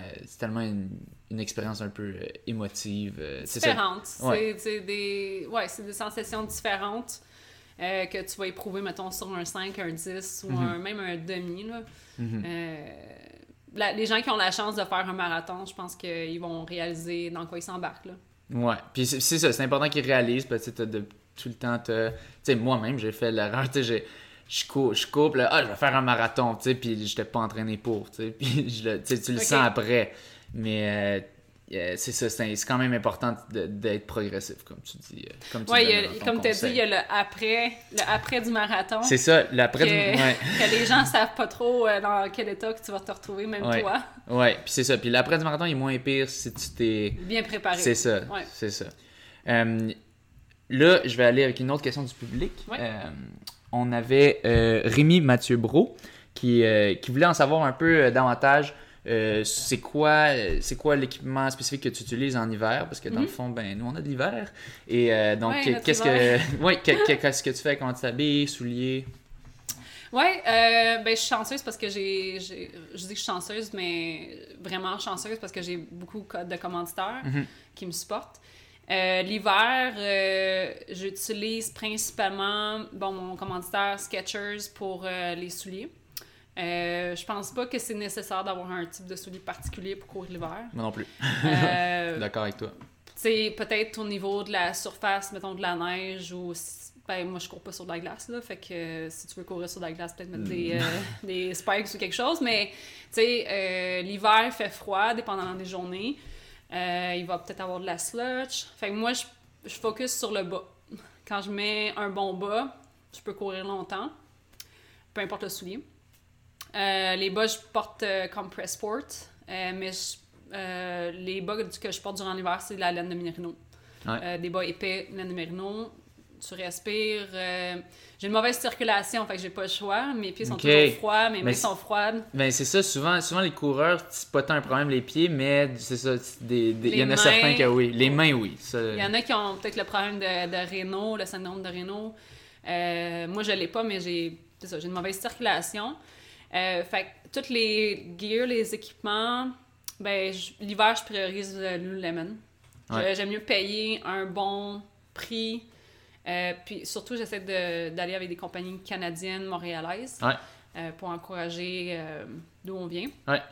une expérience un peu émotive. Différente. C'est des sensations différentes. Que tu vas éprouver, mettons, sur un 5, un 10 ou même un demi. Là. Les gens qui ont la chance de faire un marathon, je pense qu'ils vont réaliser dans quoi ils s'embarquent. Là. Ouais, puis c'est ça, c'est important qu'ils réalisent, parce que tout le temps, tu sais, moi-même, j'ai fait l'erreur, tu sais, je cours, puis là, je vais faire un marathon, tu sais, puis j'étais pas entraîné pour, tu sais, puis tu le sens après. Mais c'est ça, c'est quand même important d'être progressif, comme tu dis. Comme tu as dit, il y a le après du marathon. C'est ça, l'après que les gens savent pas trop dans quel état que tu vas te retrouver, même toi. Ouais, puis c'est ça. Puis l'après du marathon, il est moins pire si tu t'es... Bien préparé. C'est ça, c'est ça. Là, je vais aller avec une autre question du public. Ouais. On avait Rémi Mathieu Brault qui voulait en savoir un peu davantage. C'est quoi l'équipement spécifique que tu utilises en hiver, parce que dans le fond, nous on a de l'hiver, et donc qu'est-ce que tu fais, comment tu t'habilles, souliers? Je suis chanceuse parce que je dis que je suis chanceuse, mais vraiment chanceuse parce que j'ai beaucoup de commanditaires qui me supportent. L'hiver, j'utilise principalement mon commanditaire Skechers pour les souliers. Je pense pas que c'est nécessaire d'avoir un type de soulier particulier pour courir l'hiver. Moi non plus. D'accord avec toi. C'est peut-être au niveau de la surface, mettons de la neige, ou moi je cours pas sur de la glace, là, fait que si tu veux courir sur de la glace, peut-être mettre des spikes ou quelque chose, mais tu sais, l'hiver fait froid, dépendamment des journées. Il va peut-être avoir de la slush. Fait que moi, je focus sur le bas. Quand je mets un bon bas, je peux courir longtemps, peu importe le soulier. Les bas, je porte Compress Sport, mais les bas que je porte durant l'hiver, c'est la laine de Merino. Ouais. Des bas épais, laine de Merino. tu respires. J'ai une mauvaise circulation, fait que j'ai pas le choix. Mes pieds sont toujours froids, mes mains sont froides. Ben c'est ça, souvent les coureurs, c'est pas tant un problème les pieds, mais c'est ça, il y en a certains que oui. Les mains, oui. Il y en a qui ont peut-être le problème de Raynaud, le syndrome de Raynaud. Moi, je l'ai pas, mais j'ai une mauvaise circulation. Fait que tous les gears, les équipements, ben l'hiver, je priorise Lululemon. Ouais. J'aime mieux payer un bon prix. Puis surtout, j'essaie d'aller avec des compagnies canadiennes, montréalaises, pour encourager d'où on vient. Ouais.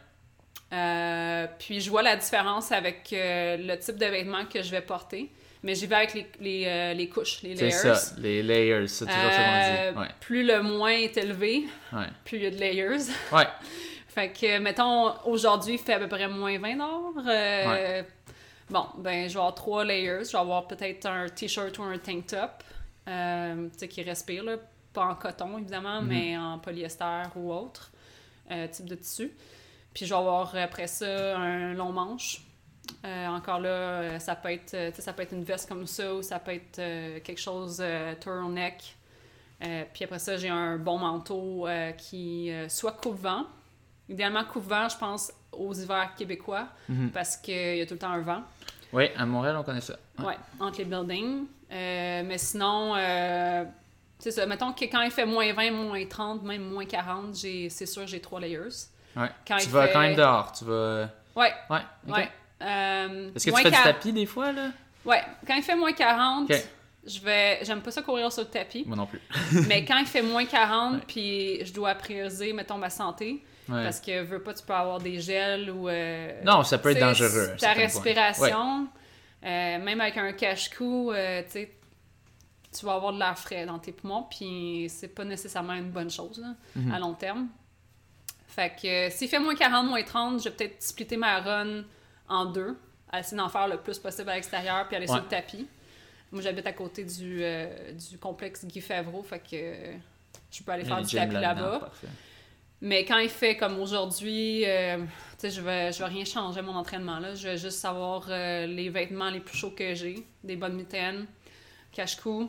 Puis je vois la différence avec le type de vêtements que je vais porter. Mais j'y vais avec les couches, les layers. C'est ça, les layers, c'est toujours ça qu'on dit. Ouais. Plus le moins est élevé, plus il y a de layers. Ouais. Fait que, mettons, aujourd'hui, il fait à peu près moins 20 $. Bon, ben, je vais avoir 3 layers. Je vais avoir peut-être un t-shirt ou un tank top, tu sais, qui respire, là. Pas en coton, évidemment, mais en polyester ou autre type de tissu. Puis je vais avoir, après ça, un long manche. Encore là, ça peut être une veste comme ça ou ça peut être quelque chose turtleneck. Puis après ça, j'ai un bon manteau qui soit coupe-vent. Idéalement coupe-vent, je pense, aux hivers québécois parce qu'il y a tout le temps un vent. Oui, à Montréal, on connaît ça. Ouais, entre les buildings. Mais sinon, c'est ça. Mettons que quand il fait moins 20, moins 30, même moins 40, c'est sûr j'ai 3 layers. Ouais. Tu vas quand même dehors. Tu vas... Ouais. Ouais. Okay. Ouais. Est-ce que tu fais du tapis des fois, là? Ouais. Quand il fait moins 40, j'aime pas ça courir sur le tapis. Moi non plus. Mais quand il fait moins 40, puis je dois prioriser, mettons, ma santé, parce que veux pas, tu peux avoir des gels ou... non, ça peut être dangereux. Ta respiration, même avec un cache-cou, tu sais, tu vas avoir de l'air frais dans tes poumons, puis c'est pas nécessairement une bonne chose là, à long terme. Fait que s'il fait moins 40, moins 30, je vais peut-être splitter ma run en 2, essayer d'en faire le plus possible à l'extérieur, puis aller sur le tapis. Moi, j'habite à côté du complexe Guy Favreau, fait que je peux aller faire du tapis là-bas. Parfait. Mais quand il fait comme aujourd'hui, tu sais, je vais rien changer à mon entraînement, là. Je vais juste avoir les vêtements les plus chauds que j'ai, des bonnes mitaines, cache-cou.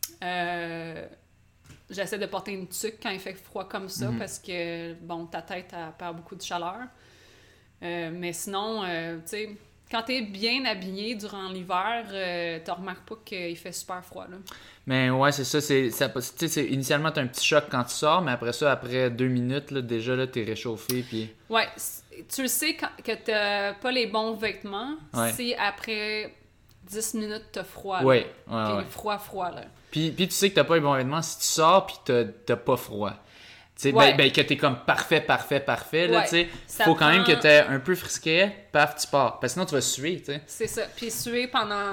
J'essaie de porter une tuque quand il fait froid comme ça parce que, bon, ta tête, elle perd beaucoup de chaleur. Mais sinon, tu sais, quand t'es bien habillé durant l'hiver, tu remarques pas qu'il fait super froid, là. Mais ouais, c'est ça. Initialement, t'as un petit choc quand tu sors, mais après ça, après 2 minutes, là, déjà, là, t'es réchauffé, puis... Ouais, tu le sais que t'as pas les bons vêtements, si après 10 minutes, t'as froid, là. Ouais, puis froid, là. Puis tu sais que t'as pas les bons vêtements si tu sors, puis t'as pas froid. Ben, que t'es comme parfait, là, tu sais. Faut quand même que t'aies un peu frisquet, paf, tu pars. Parce que sinon, tu vas suer, tu sais. C'est ça. Puis suer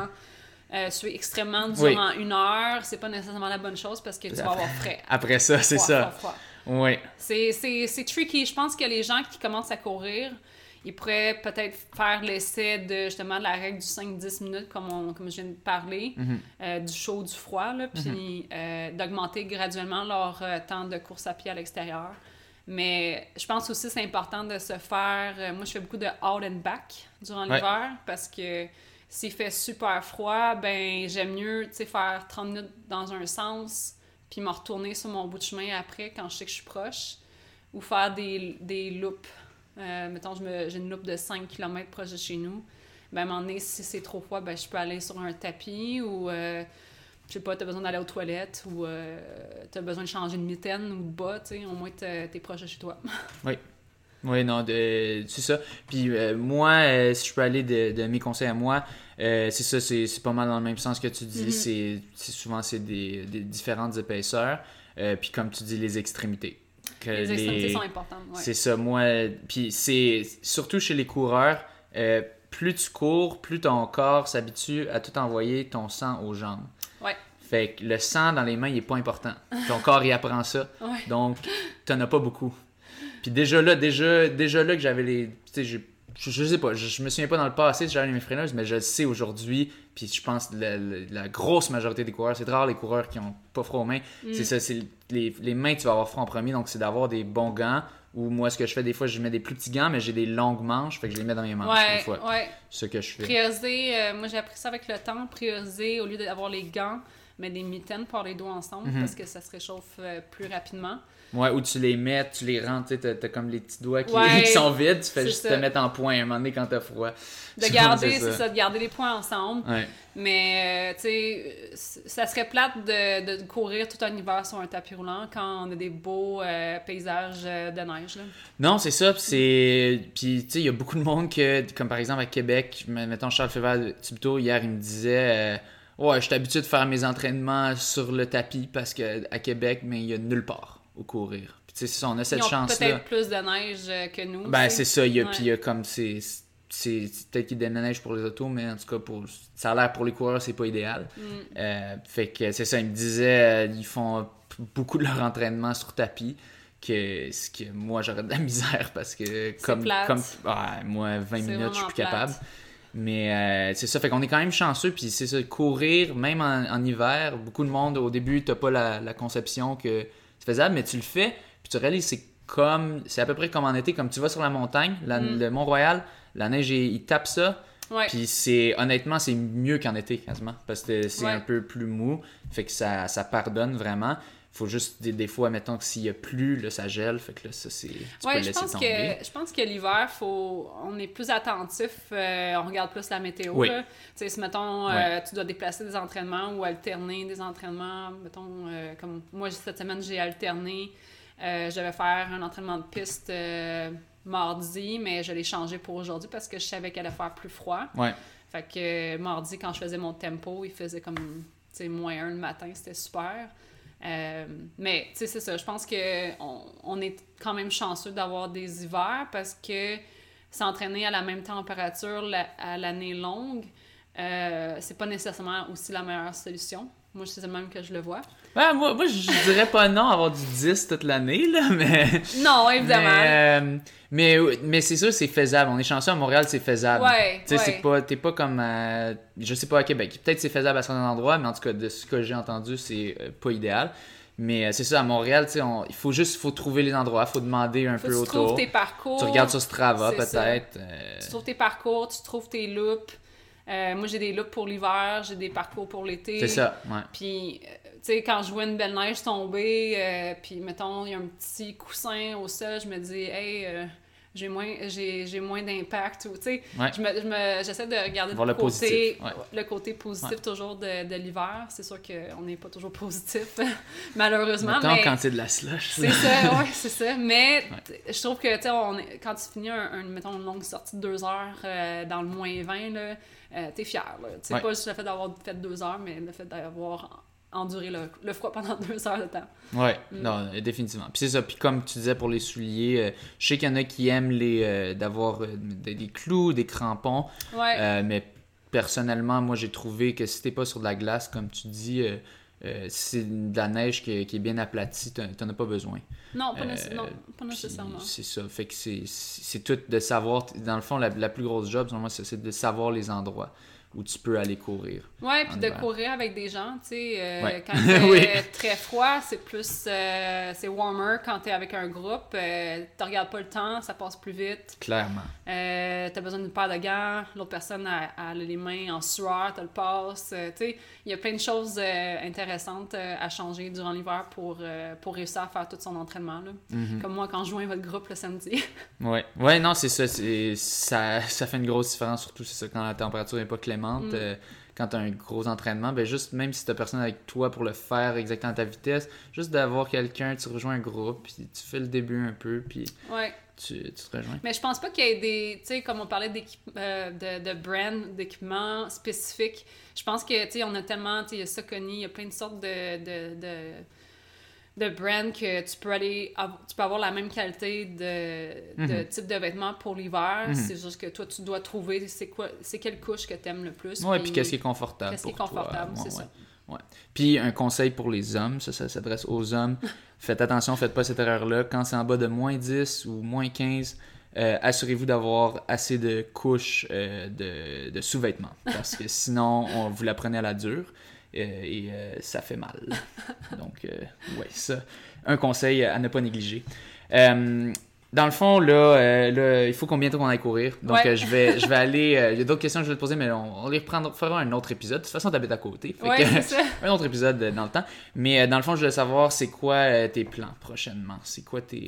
suer extrêmement durant 1 heure, c'est pas nécessairement la bonne chose parce que tu vas avoir frais. Après ça, c'est ça. Froid. Oui. C'est tricky. Je pense que les gens qui commencent à courir, ils pourraient peut-être faire l'essai de justement de la règle du 5-10 minutes, comme je viens de parler, du chaud, du froid, là, puis d'augmenter graduellement leur temps de course à pied à l'extérieur. Mais je pense aussi que c'est important de se faire... moi, je fais beaucoup de out and back durant l'hiver parce que s'il fait super froid, ben j'aime mieux, tu sais, faire 30 minutes dans un sens puis me retourner sur mon bout de chemin après quand je sais que je suis proche ou faire des loops. Mettons, j'ai une loupe de 5 km proche de chez nous. Ben, à un moment donné, si c'est trop froid, ben, je peux aller sur un tapis ou, je sais pas, t'as besoin d'aller aux toilettes ou t'as besoin de changer de mitaine ou de bas, tu sais, au moins t'es proche de chez toi. Oui. Oui, non, c'est ça. Puis moi, si je peux aller de mes conseils à moi, c'est ça, c'est pas mal dans le même sens que tu dis. Souvent, c'est des différentes épaisseurs. Puis comme tu dis, les extrémités. Les extrémités sont importantes, ouais. C'est ça, moi. Puis c'est surtout chez les coureurs, plus tu cours, plus ton corps s'habitue à tout envoyer ton sang aux jambes. Ouais. Fait que le sang dans les mains, il est pas important. Ton corps, il apprend ça. Ouais. Donc, t'en as pas beaucoup. Puis déjà là que j'avais les... Tu sais, je sais pas, je me souviens pas dans le passé si j'avais mes freineuses, mais je le sais aujourd'hui. Puis je pense que la grosse majorité des coureurs, c'est rare les coureurs qui ont pas froid aux mains. C'est ça, c'est les mains, tu vas avoir froid en premier. Donc, c'est d'avoir des bons gants. Ou moi, ce que je fais des fois, je mets des plus petits gants, mais j'ai des longues manches. Fait que je les mets dans mes manches des fois. Ouais. C'est ce que je fais. Prioriser, moi j'ai appris ça avec le temps. Prioriser, au lieu d'avoir les gants, mets des mitaines pour les doigts ensemble parce que ça se réchauffe plus rapidement. Ouais, où tu les mets, tu les rentres, tu sais, t'as comme les petits doigts qui, Ouais, qui sont vides, tu fais juste ça. te mettre en point à un moment donné quand t'as froid. De garder, c'est ça, de garder les points ensemble. Ouais. Mais, tu sais, ça serait plate de courir tout un hiver sur un tapis roulant quand on a des beaux paysages de neige, là. Non, c'est ça, puis tu sais, il y a beaucoup de monde que, comme par exemple à Québec, mettons Charles Févert-Thibodeau, hier, il me disait... ouais, je suis habitué de faire mes entraînements sur le tapis parce qu'à Québec, mais il y a nulle part où courir. Puis tu sais, si on a cette Ils ont chance-là... peut-être plus de neige que nous. Ben, c'est ça, il y a, ouais. puis il y a comme... C'est peut-être qu'il y a de la neige pour les autos, mais en tout cas, ça a l'air pour les coureurs, c'est pas idéal. Fait que c'est ça, il me disait, ils font beaucoup de leur entraînement sur tapis, ce que moi, j'aurais de la misère parce que moi, 20 minutes, je suis plus capable. Mais c'est ça, fait qu'on est quand même chanceux, puis c'est ça, courir, même en hiver, beaucoup de monde, au début, t'as pas la conception que c'est faisable, mais tu le fais, puis tu réalises, c'est à peu près comme en été, comme tu vas sur la montagne, le Mont-Royal, la neige, il tape ça, puis honnêtement, c'est mieux qu'en été, quasiment, parce que c'est un peu plus mou, fait que ça pardonne vraiment. Faut juste, des fois, mettons que s'il y a plus, là, ça gèle, fait que là, ça, tu peux laisser tomber. Je pense que l'hiver, on est plus attentif, on regarde plus la météo, oui. là. Tu sais, si, mettons, tu dois déplacer des entraînements ou alterner des entraînements, mettons, comme moi, cette semaine, j'ai alterné, je devais faire un entraînement de piste mardi, mais je l'ai changé pour aujourd'hui parce que je savais qu'elle allait faire plus froid. Ouais. Fait que mardi, quand je faisais mon tempo, il faisait comme, tu sais, -1 le matin, c'était super. Mais, tu sais, c'est ça. Je pense qu'on est quand même chanceux d'avoir des hivers parce que s'entraîner à la même température à l'année longue, c'est pas nécessairement aussi la meilleure solution. Moi, c'est le même que je le vois. Ouais, moi, je dirais pas non avoir du 10 toute l'année, là, mais... Non, évidemment. Mais c'est sûr, c'est faisable. On est chanceux, à Montréal, c'est faisable. Ouais, t'es pas comme... je sais pas, à Québec. Peut-être c'est faisable à certains endroits, mais en tout cas, de ce que j'ai entendu, c'est pas idéal. Mais c'est ça, à Montréal, tu sais, il faut trouver les endroits, il faut demander un peu autour. Tu trouves tes parcours. Tu regardes sur Strava, peut-être. Tu trouves tes parcours, tu trouves tes loops. Moi, j'ai des loops pour l'hiver, j'ai des parcours pour l'été. C'est ça, ouais. Puis, tu sais, quand je vois une belle neige tomber, puis, mettons, il y a un petit coussin au sol, je me dis, hey, j'ai moins d'impact. Tu sais, j'essaie de regarder le côté positif toujours de l'hiver. C'est sûr qu'on n'est pas toujours positif, malheureusement. Mettons quand c'est de la slush. C'est ça, oui, c'est ça. Mais je trouve que, tu sais, quand tu finis mettons, une longue sortie de 2 heures dans le -20, là, t'es fier. Tu sais, pas juste le fait d'avoir fait 2 heures, mais le fait d'avoir enduré le froid pendant 2 heures de temps. Ouais, non, définitivement. Puis c'est ça, puis comme tu disais pour les souliers, je sais qu'il y en a qui aiment d'avoir des clous, des crampons, mais personnellement, moi j'ai trouvé que si t'es pas sur de la glace, comme tu dis, si c'est de la neige qui est bien aplatie, t'en as pas besoin. Non, pas nécessairement. C'est ça, fait que c'est tout de savoir, dans le fond, la plus grosse job, selon moi, c'est de savoir les endroits où tu peux aller courir. Ouais, puis de courir avec des gens, tu sais, quand il fait très froid, c'est plus, c'est warmer quand t'es avec un groupe, tu regardes pas le temps, ça passe plus vite. Clairement. T'as besoin d'une paire de gants, l'autre personne a les mains en sueur, t'as le passe, tu sais, il y a plein de choses intéressantes à changer durant l'hiver pour réussir à faire tout son entraînement, là. Mm-hmm. Comme moi, quand je joins votre groupe le samedi. Ouais, non, c'est ça, ça fait une grosse différence, surtout c'est ça, quand la température n'est pas clémente. Quand tu as un gros entraînement, ben juste même si tu as personne avec toi pour le faire exactement à ta vitesse, juste d'avoir quelqu'un, tu rejoins un groupe, puis tu fais le début un peu, puis tu te rejoins. Mais je pense pas qu'il y ait des, tu sais, comme on parlait de brand, d'équipements spécifiques, je pense que, tu sais, on a tellement, tu sais, il y a Saucony, il y a plein de sortes de brand que tu peux avoir la même qualité de type de vêtements pour l'hiver. Mm-hmm. C'est juste que toi, tu dois trouver c'est quelle couche que tu aimes le plus. Oui, puis qu'est-ce qui est confortable. Qu'est-ce qui est confortable, c'est ça. Ouais. Puis un conseil pour les hommes, ça s'adresse aux hommes. Faites attention, faites pas cette erreur-là. Quand c'est en bas de -10 ou -15, assurez-vous d'avoir assez de couches de sous-vêtements. Parce que sinon, vous la prenez à la dure. Et ça fait mal. Donc, ça. Un conseil à ne pas négliger. Dans le fond, là, il faut bientôt qu'on aille courir. Donc, je vais aller... Il y a d'autres questions que je vais te poser, mais on les fera un autre épisode. De toute façon, t'habites à côté. C'est ça. Un autre épisode dans le temps. Mais dans le fond, je voulais savoir, c'est quoi tes plans prochainement? C'est quoi tes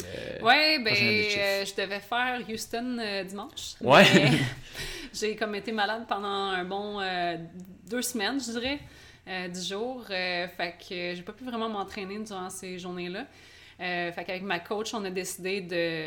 je devais faire Houston dimanche. Ouais. J'ai comme été malade pendant un bon 2 semaines, je dirais. 10 jours. Fait que j'ai pas pu vraiment m'entraîner durant ces journées-là. Fait qu'avec ma coach, on a décidé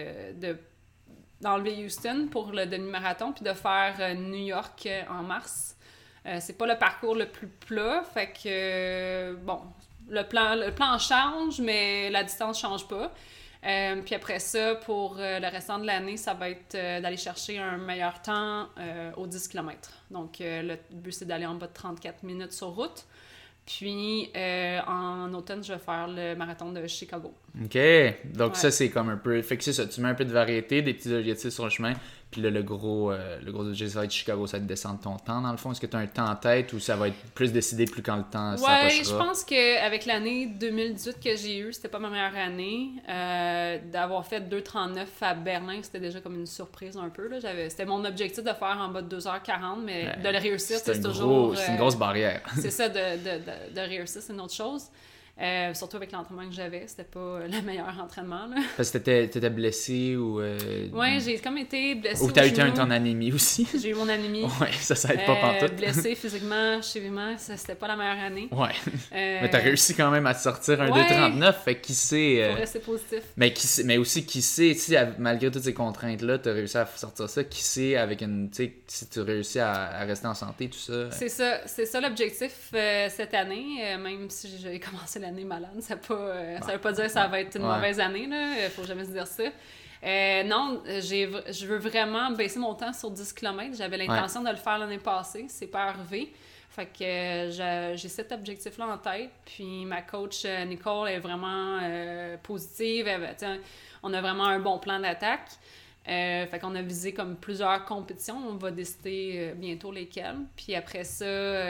d'enlever Houston pour le demi-marathon puis de faire New York en mars. C'est pas le parcours le plus plat, fait que le plan change, mais la distance change pas. Puis après ça, pour le restant de l'année, ça va être d'aller chercher un meilleur temps aux 10 km. Donc le but, c'est d'aller en bas de 34 minutes sur route. Puis, en automne, je vais faire le marathon de Chicago. OK. Donc, ça, c'est comme un peu... Fait que c'est ça, tu mets un peu de variété, des petits objectifs sur le chemin. Puis là, le gros objectif, ça va être Chicago, ça va être de descendre ton temps, dans le fond. Est-ce que tu as un temps en tête ou ça va être plus décidé plus quand le temps s'approchera? Ouais, je pense qu'avec l'année 2018 que j'ai eue, c'était pas ma meilleure année. D'avoir fait 2,39 à Berlin, c'était déjà comme une surprise un peu. Là. C'était mon objectif de faire en bas de 2h40, mais de le réussir, c'est toujours... C'est une grosse barrière. C'est ça, de réussir, c'est une autre chose. Surtout avec l'entraînement que j'avais, c'était pas le meilleur entraînement. Là. Parce que t'étais blessé ou... Ouais, j'ai comme été blessée. Ou t'as eu ton anémie aussi. J'ai eu mon anémie. Ouais, ça aide pas pantoute. Blessée physiquement, chimiquement, c'était pas la meilleure année. Ouais. Mais t'as réussi quand même à te sortir un 2,39, fait qui sait... Pour rester positif. Mais aussi, qui sait, si malgré toutes ces contraintes-là, t'as réussi à sortir ça, qui sait, avec une... Tu sais, si tu réussis à rester en santé, tout ça... C'est ça l'objectif cette année, même si j'ai commencé l'année malade, ça veut pas dire que ça va être une mauvaise année, là, faut jamais se dire ça. Non, je veux vraiment baisser mon temps sur 10 km. J'avais l'intention de le faire l'année passée, c'est pas arrivé. Fait que j'ai cet objectif-là en tête. Puis ma coach Nicole est vraiment positive. On a vraiment un bon plan d'attaque. Fait qu'on a visé comme plusieurs compétitions. On va décider bientôt lesquelles. Puis après ça,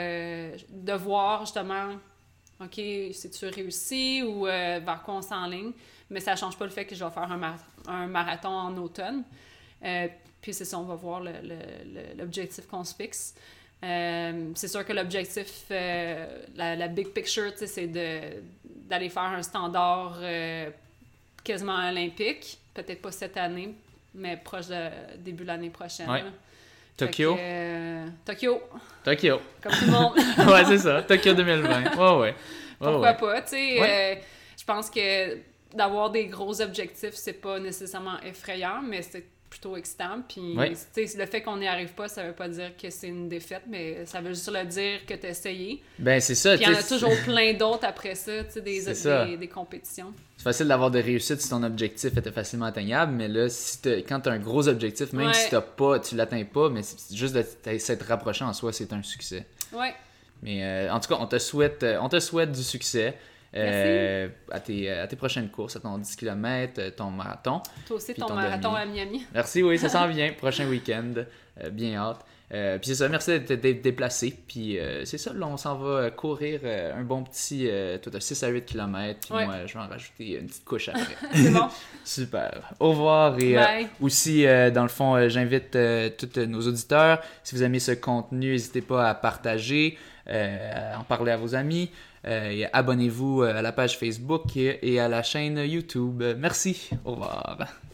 de voir justement, OK, si tu réussis ou vers quoi on s'enligne. Mais ça change pas le fait que je vais faire un marathon en automne. Puis c'est ça, on va voir l'objectif qu'on se fixe. C'est sûr que l'objectif, la big picture, c'est d'aller faire un standard quasiment olympique. Peut-être pas cette année, mais proche de début de l'année prochaine. Ouais. Tokyo. Tokyo. Comme tout le monde. Ouais, c'est ça. Tokyo 2020. Ouais. Pourquoi pas, tu sais. Je pense que d'avoir des gros objectifs, c'est pas nécessairement effrayant, mais c'est plutôt excitant. Puis, tu sais, le fait qu'on n'y arrive pas, ça veut pas dire que c'est une défaite, mais ça veut juste le dire que t'as essayé. Ben, c'est ça. Puis il y en a toujours plein d'autres après ça, tu sais, des compétitions. C'est facile d'avoir des réussites si ton objectif était facilement atteignable, mais là, quand t'as un gros objectif, même si tu l'atteins pas, mais c'est juste de s'être rapproché en soi, c'est un succès. Ouais. Mais en tout cas, on te souhaite du succès. À tes prochaines courses, à ton 10 km, ton marathon. Toi aussi, ton marathon à Miami. Merci, oui, ça s'en vient. Prochain week-end. Bien hâte. Puis c'est ça, merci d'être déplacé. Puis c'est ça, là, on s'en va courir un bon petit 6 à 8 km. Puis moi, je vais en rajouter une petite couche après. C'est bon. Super. Au revoir. Et aussi, dans le fond, j'invite tous nos auditeurs, si vous aimez ce contenu, n'hésitez pas à partager, à en parler à vos amis. Et abonnez-vous à la page Facebook et à la chaîne YouTube. Merci. Au revoir.